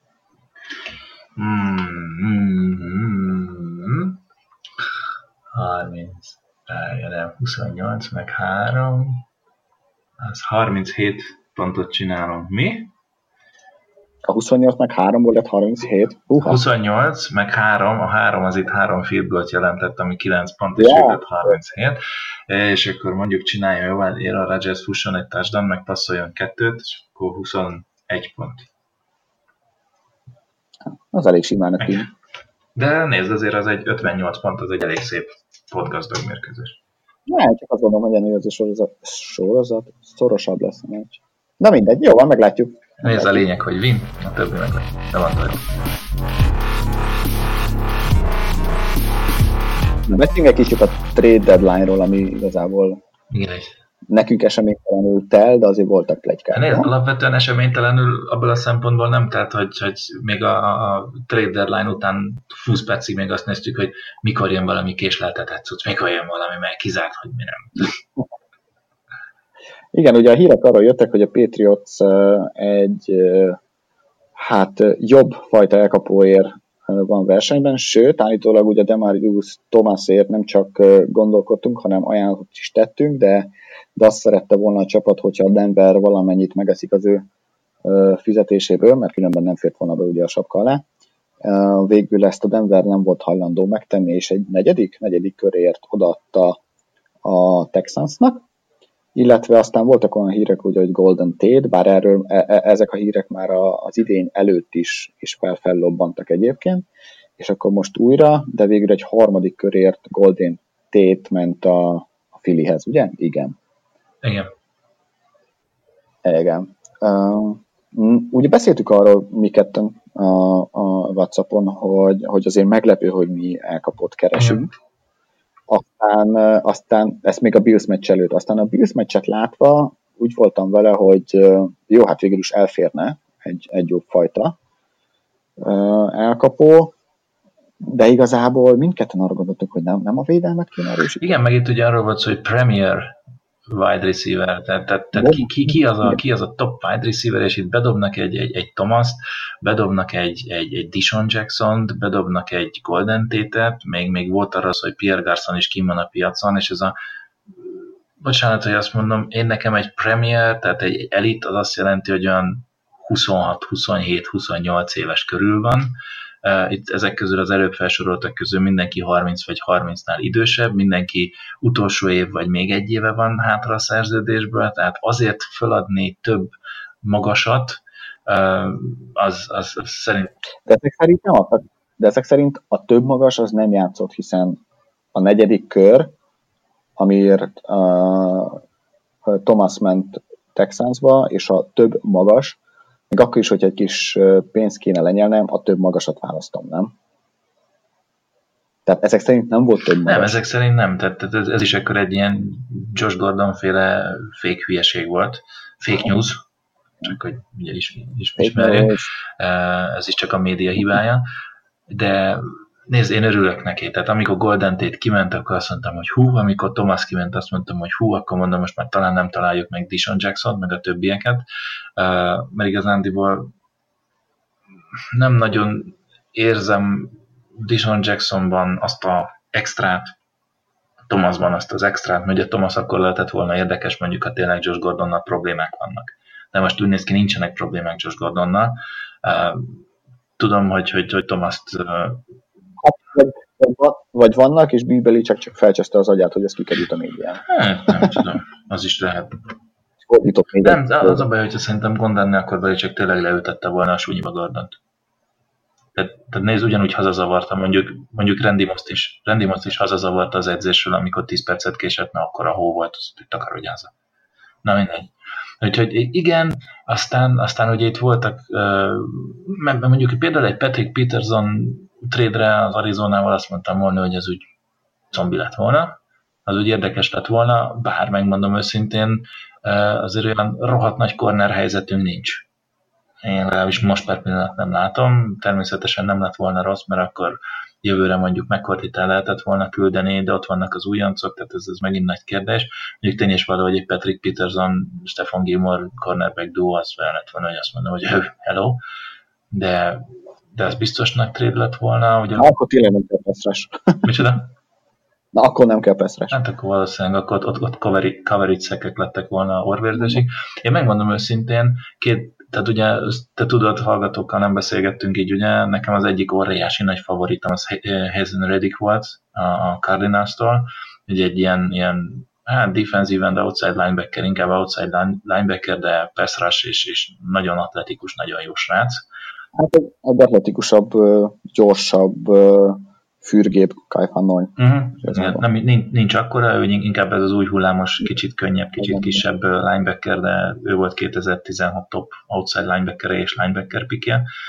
Mm-hmm. harminc, rájelen, huszonnyolc, meg három, az harminchét pontot csinálunk. Mi? A huszonnyolc meg háromból lett harminchét. Uha. huszonnyolc meg három, a három az itt három field goalt jelentett, ami kilenc pont, és yeah. lett harminchét. És akkor mondjuk csinálja jó, ér a Rodgers fusson egy touchdown, meg passzoljon kettőt, és akkor huszonegy pont. Az elég simán a tűnik. De nézd, azért az egy ötvennyolc pont, az egy elég szép pontgazdag mérkőzés. Nem, csak azt gondolom, hogy ennél az sorozat, sorozat szorosabb lesz a meccs. De mindegy, jó van, meglátjuk. Ez a lényeg, hogy win, a többi meg le van. Beszéljünk egy kicsit a trade deadline-ról, ami igazából igen, nekünk eseménytelenül tel, de azért voltak pletykák. Nézd, alapvetően eseménytelenül abból a szempontból nem, tehát hogy, hogy még a, a trade deadline után húsz percig még azt néztük, hogy mikor jön valami késleltetett cucc, mikor jön valami, mert kizárt, hogy mi nem. Igen, ugye a hírek arról jöttek, hogy a Patriots egy hát jobb fajta elkapóért van versenyben, sőt, állítólag ugye Demaryius Thomasért nem csak gondolkodtunk, hanem ajánlatot is tettünk, de, de azt szerette volna a csapat, hogyha a Denver valamennyit megeszik az ő fizetéséből, mert különben nem fért volna be ugye a sapka alá. Végül ezt a Denver nem volt hajlandó megtenni, és egy negyedik, negyedik körért odaadta a Texansnak, illetve aztán voltak olyan hírek, ugye, hogy Golden Tate, bár erről e- e- ezek a hírek már a, az idén előtt is, is fel fellobbantak egyébként, és akkor most újra, de végül egy harmadik körért Golden Tate ment a, a Phillyhez, ugye? Igen. Igen. Igen. Uh, ugye beszéltük arról mi ketten a, a WhatsAppon, hogy, hogy azért meglepő, hogy mi elkapott keresünk. Igen. Aztán, aztán, ezt még a Bills meccs előtt, aztán a Bills meccset látva úgy voltam vele, hogy jó, hát végül is elférne egy, egy jobb fajta elkapó, de igazából mindketten arra gondoltuk, hogy nem, nem a védelmet kéne erősíteni. Igen, meg itt ugye arról volt szó, hogy Premier wide receiver, tehát, tehát, tehát ki, ki, ki, az a, ki az a top wide receiver, és itt bedobnak egy, egy, egy Thomas-t, bedobnak egy, egy, egy Dishon Jackson-t, bedobnak egy Golden Tate-et, még, még volt arra az, hogy Pierre Garçon is kim van a piacon, és ez a, bocsánat, hogy azt mondom, én nekem egy Premier, tehát egy elit, az azt jelenti, hogy olyan huszonhat, huszonhét, huszonnyolc éves körül van. Itt ezek közül az előbb felsoroltak közül mindenki harminc vagy harmincnál idősebb, mindenki utolsó év vagy még egy éve van hátra a szerződésből, tehát azért feladni több magasat, az, az, az szerint... De ezek szerint nem adtak, de ezek szerint a több magas az nem játszott, hiszen a negyedik kör, amiért uh, Thomas ment Texansba, és a több magas, még akkor is, hogy egy kis pénzt kéne lenyelnem, a több magasat választom, nem? Tehát ezek szerint nem volt több magas. Nem, ezek szerint nem. Tehát ez, ez is akkor egy ilyen Josh Gordon-féle fake hülyeség volt. Fake news. Csak hogy ugye is, is ismerjük. Ez is csak a média hibája. De nézd, én örülök neki. Tehát amikor Golden Tate kiment, akkor azt mondtam, hogy hú, amikor Thomas kiment, azt mondtam, hogy hú, akkor mondom, most már talán nem találjuk meg Dishon Jackson, meg a többieket. Mert igazándiból nem nagyon érzem Dishon Jacksonban azt a extrát, Thomasban azt az extrát, mert ugye Thomas akkor lehetett volna érdekes, mondjuk, ha tényleg Josh Gordonnal problémák vannak. De most úgy néz ki, nincsenek problémák Josh Gordonnal. Tudom, hogy, hogy, hogy Thomas-t... Vagy, vagy vannak, és Bill csak, csak felcseszte az agyát, hogy ezt kikerült a médián. Hát, nem tudom, az is lehet. Nem, az a baj, hogyha szerintem gond lenne, akkor Belichick tényleg leültette volna a súnyiba Gordont. Tehát, tehát nézd, ugyanúgy hazazavarta, mondjuk, mondjuk Randy Moss is. Randy Moss is hazazavarta az edzésről, amikor tíz percet késett, mert akkor a hó volt, azt hogy takarodjázza. Na mindegy. Úgyhogy igen, aztán, aztán ugye itt voltak, mert mondjuk például egy Patrick Peterson trade-re az Arizonával azt mondtam volna, hogy ez úgy zombi lett volna, az úgy érdekes lett volna, bár megmondom őszintén, azért olyan rohadt nagy corner helyzetünk nincs. Én legalábbis most per pillanat nem látom, természetesen nem lett volna rossz, mert akkor jövőre mondjuk McCourty-t el lehetett volna küldeni, de ott vannak az újoncok, tehát ez, ez megint nagy kérdés. Mondjuk tény is valahogy egy Patrick Peterson, Stephon Gilmore cornerback duo, az fel lett volna, hogy azt mondom, hogy hello, de, de ez biztosnak trade lett volna. Ugye... Na, akkor tényleg nem kell pass-rush. Micsoda? Na, akkor nem kell pass-rush. Hát akkor valószínűleg akkor ott, ott, ott coverage szekek lettek volna orvérzésig. Én megmondom őszintén, két tehát ugye, te tudod, hallgatókkal nem beszélgettünk így, ugye, nekem az egyik óriási nagy favoritom az Hazen Reddick volt a Cardinals-tól, ugye egy ilyen, ilyen hát defensive and outside linebacker, inkább outside linebacker, de pass rush és, és nagyon atletikus, nagyon jó srác. Hát egy atletikusabb, gyorsabb, fürgébb Kajfannol. Uh-huh. Nem, nincs, nincs akkora, ő inkább ez az új hullámos, kicsit könnyebb, kicsit igen, kisebb linebacker, de ő volt kétezer-tizenhat top outside linebacker és linebacker pickje.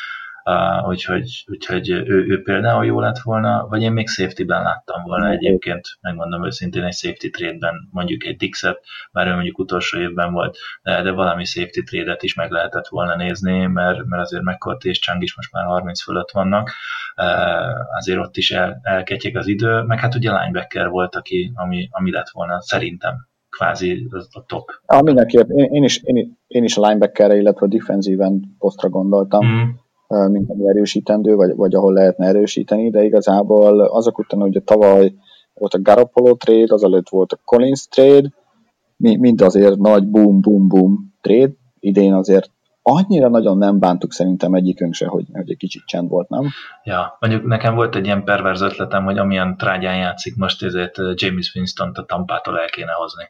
uh, úgyhogy, úgyhogy ő, ő például jó lett volna, vagy én még safety-ben láttam volna mm. egyébként, megmondom őszintén egy safety trade-ben, mondjuk egy Dixet, bár ő mondjuk utolsó évben volt, de, de valami safety trade-et is meg lehetett volna nézni, mert, mert azért McCourty és Chung is most már harminc fölött vannak, uh, azért ott is el, elketyeg az idő, meg hát ugye linebacker volt, aki, ami, ami lett volna szerintem kvázi a top. Ah, mindenképp. Én, én, is, én, én is a linebackerre, illetve a defensíven posztra gondoltam, mm. mint ami erősítendő, vagy, vagy ahol lehetne erősíteni, de igazából azok után, hogy tavaly volt a Garoppolo trade, azelőtt volt a Collins trade, mind azért nagy boom-boom-boom trade, idén azért annyira nagyon nem bántuk szerintem egyikünk se, hogy, hogy egy kicsit csend volt, nem? Ja, mondjuk nekem volt egy ilyen perverz ötletem, hogy amilyen trágyán játszik most, ezért James Winston-t a Tampától el kéne hozni.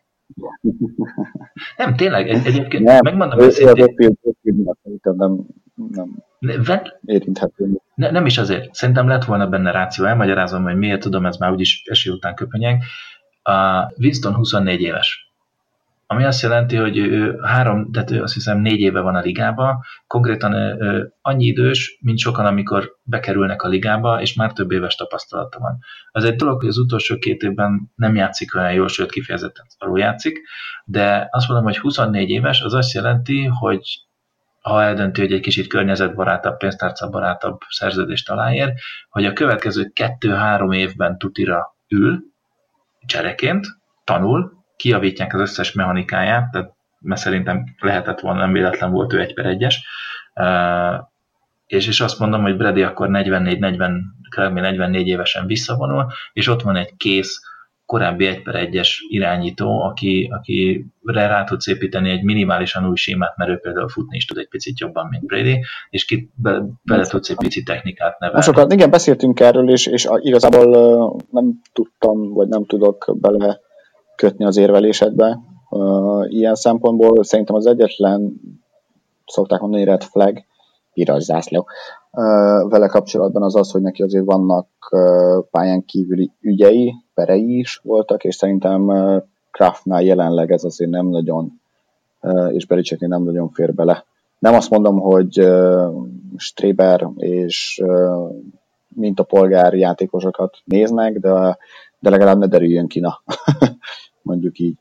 Nem, tényleg, egy, egyébként nem, megmondom őszintén. Nem, nem érinthető. Ne, nem is azért. Szerintem lett volna benne ráció. Elmagyarázom, hogy miért tudom, ez már úgyis eső után köpönyeg. A Winston huszonnégy éves. Ami azt jelenti, hogy ő három, tehát ő azt hiszem négy éve van a ligába, konkrétan ő annyi idős, mint sokan, amikor bekerülnek a ligába, és már több éves tapasztalata van. Az egy dolog, hogy az utolsó két évben nem játszik olyan jól, sőt kifejezetten szarul játszik, de azt mondom, hogy huszonnégy éves, az azt jelenti, hogy ha eldönti, hogy egy kicsit környezetbarátabb, pénztárcabarátabb szerződést aláér, hogy a következő kettő-három évben tutira ül, csereként, tanul, kijavítják az összes mechanikáját, tehát, mert szerintem lehetett volna, nem véletlen volt ő egy per egyes, uh, és, és azt mondom, hogy Brady akkor negyvennégy negyvennégy évesen visszavonul, és ott van egy kész, korábbi egy per egyes irányító, aki, akire rá tudsz építeni egy minimálisan új sémát, mert ő például futni is tud egy picit jobban, mint Brady, és ki be, bele tudsz egy picit technikát nevelni. Sokat, igen, beszéltünk erről, és, és igazából nem tudtam, vagy nem tudok bele kötni az érvelésedbe. Uh, ilyen szempontból szerintem az egyetlen, szokták mondani, red flag, piros zászló, uh, vele kapcsolatban az az, hogy neki azért vannak uh, pályán kívüli ügyei, perei is voltak, és szerintem uh, Kraftnál jelenleg ez azért nem nagyon, uh, és Belichicknél nem nagyon fér bele. Nem azt mondom, hogy uh, Streber és uh, mint a polgár játékosokat néznek, de, de legalább ne derüljön ki, na. Mondjuk így.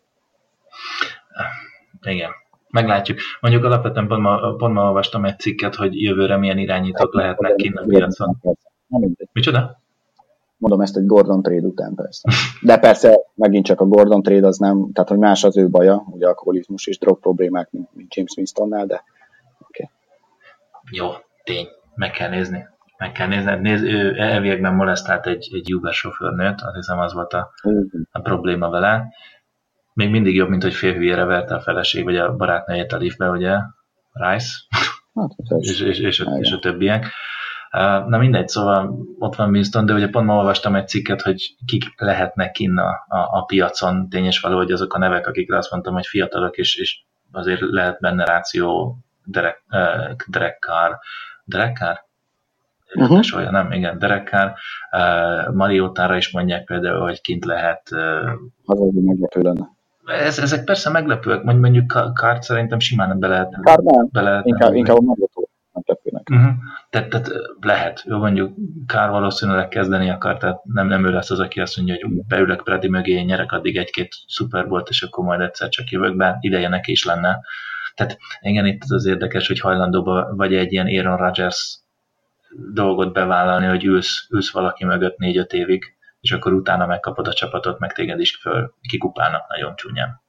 Igen, meglátjuk. Mondjuk alapvetően pont ma, pont ma olvastam egy cikket, hogy jövőre milyen irányítók lehetnek kint a piacon. Micsoda? Mondom ezt egy Gordon trade után persze. De persze megint csak a Gordon trade az nem, tehát hogy más az ő baja, ugye alkoholizmus és drog problémák, mint, mint James Winstonnál, de oké. Okay. Jó, tény. Meg kell nézni. Meg kell nézni. Nézd, ő elviekben molesztált egy, egy Uber sofőrnőt, azt hiszem az volt a, a probléma vele. Még mindig jobb, mint hogy fél hülyére verte a feleség, vagy a barátnőjét a liftbe, ugye? Rice. Hát, és, és, és, a, és a többiek. Na mindegy, szóval ott van Winston, de ugye pont ma olvastam egy cikket, hogy kik lehetnek kinn a, a, a piacon. Tény és való, hogy azok a nevek, akikre azt mondtam, hogy fiatalok, és, és azért lehet benne ráció Derek, uh, Derek Carr. Derek Carr? Uh-huh. Olyan, nem, igen, Derek Carr. Uh, Mariottára is mondják például, hogy kint lehet. Uh, az az meglepő lenne. Ez, ezek persze meglepőek, mondjuk Carr szerintem simán be lehet. Carr nem, be lehet, inkább, inkább a Mariotó meglepőnek. Uh-huh. Tehát, tehát lehet, jó, mondjuk Carr valószínűleg kezdeni akar, tehát nem, nem ő lesz az, aki azt mondja, hogy beülök Brady mögé, nyerek addig egy-két Super Bowl-t, és akkor majd egyszer csak jövök be, ideje neki is lenne. Tehát igen, itt az érdekes, hogy hajlandóba vagy egy ilyen Aaron Rodgers dolgot bevállalni, hogy ülsz, ülsz valaki mögött négy-öt évig, és akkor utána megkapod a csapatot, meg téged is föl kikupálnak nagyon csúnyán.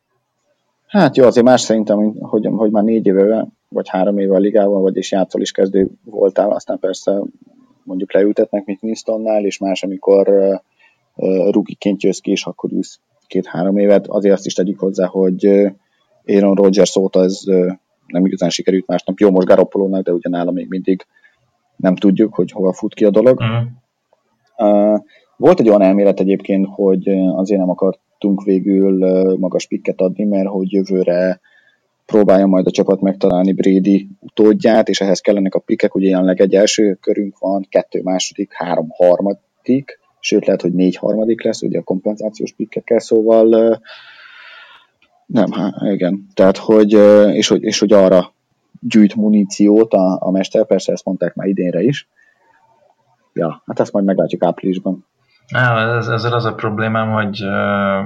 Hát jó, azért más szerintem, hogy, hogy már négy éve, vagy három éve a ligában, vagyis játszol is kezdő voltál, aztán persze mondjuk leültetnek, mint Winstonnál, és más, amikor uh, uh, rukiként jössz ki, és akkor ülsz két-három évet. Azért azt is tegyük hozzá, hogy uh, Aaron Rodgers óta ez uh, nem igazán sikerült másnap. Jó, most Garoppolónak, de ugyanála még mindig nem tudjuk, hogy hova fut ki a dolog. Mm. Uh, volt egy olyan elmélet egyébként, hogy azért nem akartunk végül magas pikket adni, mert hogy jövőre próbálja majd a csapat megtalálni Brady utódját, és ehhez kellenek a pikkek, ugye jelenleg egy első körünk van, kettő második, három harmadik, sőt lehet, hogy négy harmadik lesz, ugye a kompenzációs pikkekkel, szóval nem, há, igen, tehát hogy, és hogy, és hogy arra gyűjt muníciót a, a mester, persze ezt mondták már idénre is. Ja, hát ezt majd meglátjuk áprilisban. Á, ez, ezzel az a problémám, hogy uh,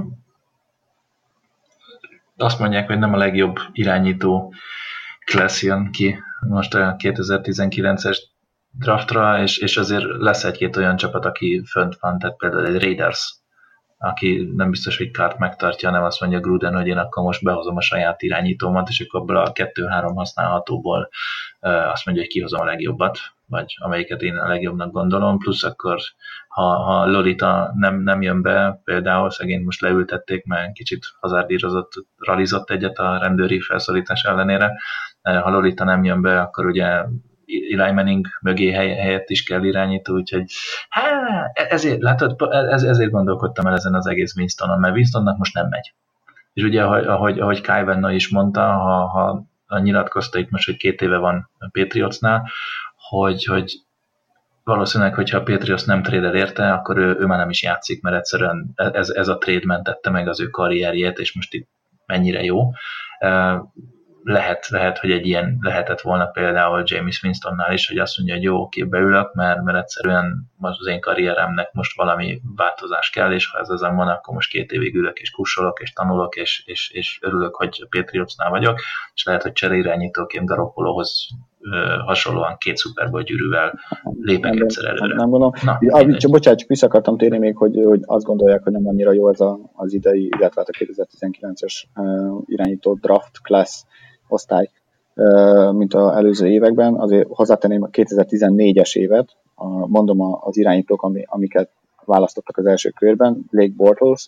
azt mondják, hogy nem a legjobb irányító class jön ki most a kétezer-tizenkilences draftra, és, és azért lesz egy-két olyan csapat, aki fönt van, tehát például egy Raiders, aki nem biztos, hogy Carrt megtartja, hanem azt mondja Gruden, hogy én akkor most behozom a saját irányítómat, és akkor abból a kettő-három használhatóból uh, azt mondja, hogy kihozom a legjobbat, vagy amelyiket én a legjobbnak gondolom, plusz akkor, ha, ha Lolita nem, nem jön be, például szegény most leültették, mert kicsit hazárdírozott, ralizott egyet a rendőri felszólítás ellenére, ha Lolita nem jön be, akkor ugye Eli Manning mögé helyett is kell irányító, úgyhogy há, ezért, látod, ez, ezért gondolkodtam el ezen az egész Winstonon, mert Winstonnak most nem megy. És ugye, ahogy, ahogy Kyle Venna is mondta, ha, ha nyilatkozta itt most, hogy két éve van a Patriotsnál, hogy, hogy valószínűleg, hogyha a Patriots nem trédel érte, akkor ő, ő már nem is játszik, mert egyszerűen ez, ez a trade mentette meg az ő karrierjét, és most itt mennyire jó. Lehet, lehet, hogy egy ilyen lehetett volna például Jameis Winstonnál is, hogy azt mondja, hogy jó, oké, beülök, mert, mert egyszerűen az én karrieremnek most valami változás kell, és ha ez ezen van, akkor most két évig ülök, és kussolok, és tanulok, és, és, és örülök, hogy a Patriotsnál vagyok, és lehet, hogy cseréirányítóként Garoppolohoz hasonlóan két Super Bowl gyűrűvel lépek nem, egyszer előre. Nem gondolom. Na, ah, csak bocsánat, csak vissza akartam térni még, hogy, hogy azt gondolják, hogy nem annyira jó ez a, az idei, illetve a kétezer-tizenkilences uh, irányító draft class osztály, uh, mint az előző években. Azért hozzátenném a kétezer-tizennégyes évet, a, mondom az irányítók, ami, amiket választottak az első körben, Blake Bortles.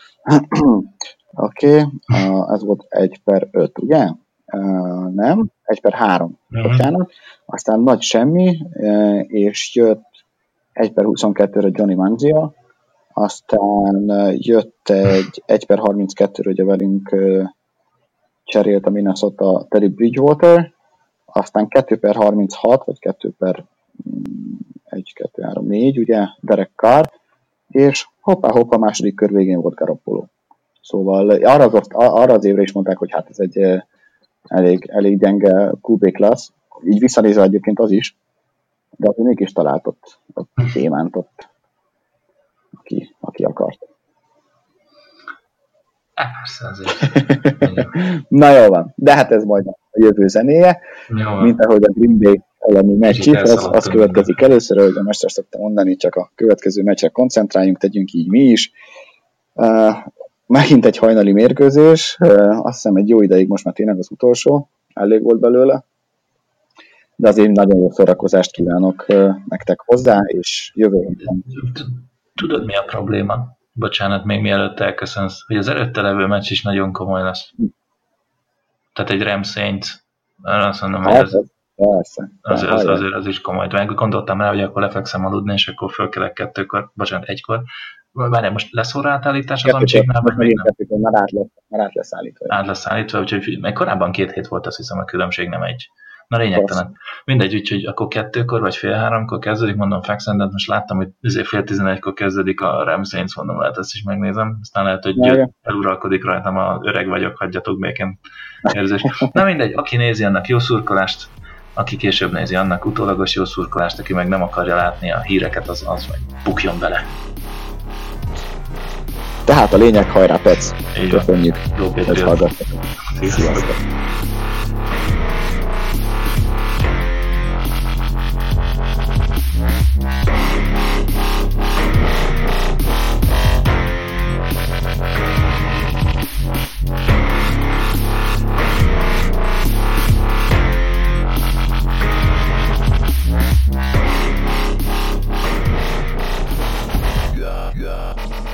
Oké, okay. uh, ez volt egy per öt, ugye? Uh, nem, egy per három, uh-huh. bocsánat. Aztán nagy semmi, uh, és jött egy per huszonkettőre Johnny Manziel, aztán uh, jött egy egy per harminckettőre, ugye velünk uh, cserélt a Minnesota Teddy Bridgewater, aztán kettő per harminchat, vagy kettő per egy, kettő, három, négy, ugye, Derek Carr, és hoppá-hoppá második kör végén volt Garoppolo. Szóval arra az, arra az évre is mondták, hogy hát ez egy uh, elég, elég gyenge kú bé klassz, így visszanézve egyébként az is, de azért mégis talált ott, ott témánt ott, aki, aki akart. Persze, azért. Na jó van, de hát ez majd a jövő zenéje, jó, mint ahogy a Green Bay elleni meccs, az, az következik először, ahogy a mester szokta mondani, csak a következő meccsre koncentráljunk, tegyünk így mi is. Uh, Megint egy hajnali mérkőzés, azt hiszem egy jó ideig most már tényleg az utolsó, elég volt belőle, de azért nagyon jó szórakozást kívánok nektek hozzá, és jövő héten. Tudod, mi a probléma? Bocsánat, még mielőtt elköszönsz, hogy az előtte levő meccs is nagyon komoly lesz. Tehát egy Rams Saints, azt mondom, hogy ez, persze, azért, az, azért az is komoly. Meg gondoltam rá, hogy akkor lefekszem aludni, és akkor fölkelek kettőkor, bocsánat, egykor. Várjál, most lesz óraátállítás az Amcséknál, vagy még nem? Már át lesz, már át lesz állítva. Át lesz állítva, úgyhogy meg korábban két hét volt, azt hiszem, a különbség nem egy. Na lényegtelen. Mindegy, úgyhogy akkor kettőkor vagy fél háromkor kezdődik, mondom fekszem, de most láttam, hogy azért fél tizenegykor kezdődik a Rams Saints, mondom, lehet ezt is megnézem. Aztán lehet, hogy ja, eluralkodik rajtam a öreg vagyok, hagyjatok békén érzés. Na mindegy, aki nézi, annak jó szurkolást, aki később nézi, annak utólagos jó szurkolást, aki meg nem akarja látni a híreket, az, az meg bukjon bele. Tehát a lényeg, hajrá, Pec! Köszönjük, hogy hallgattak. Sziasztok! Yeah, yeah.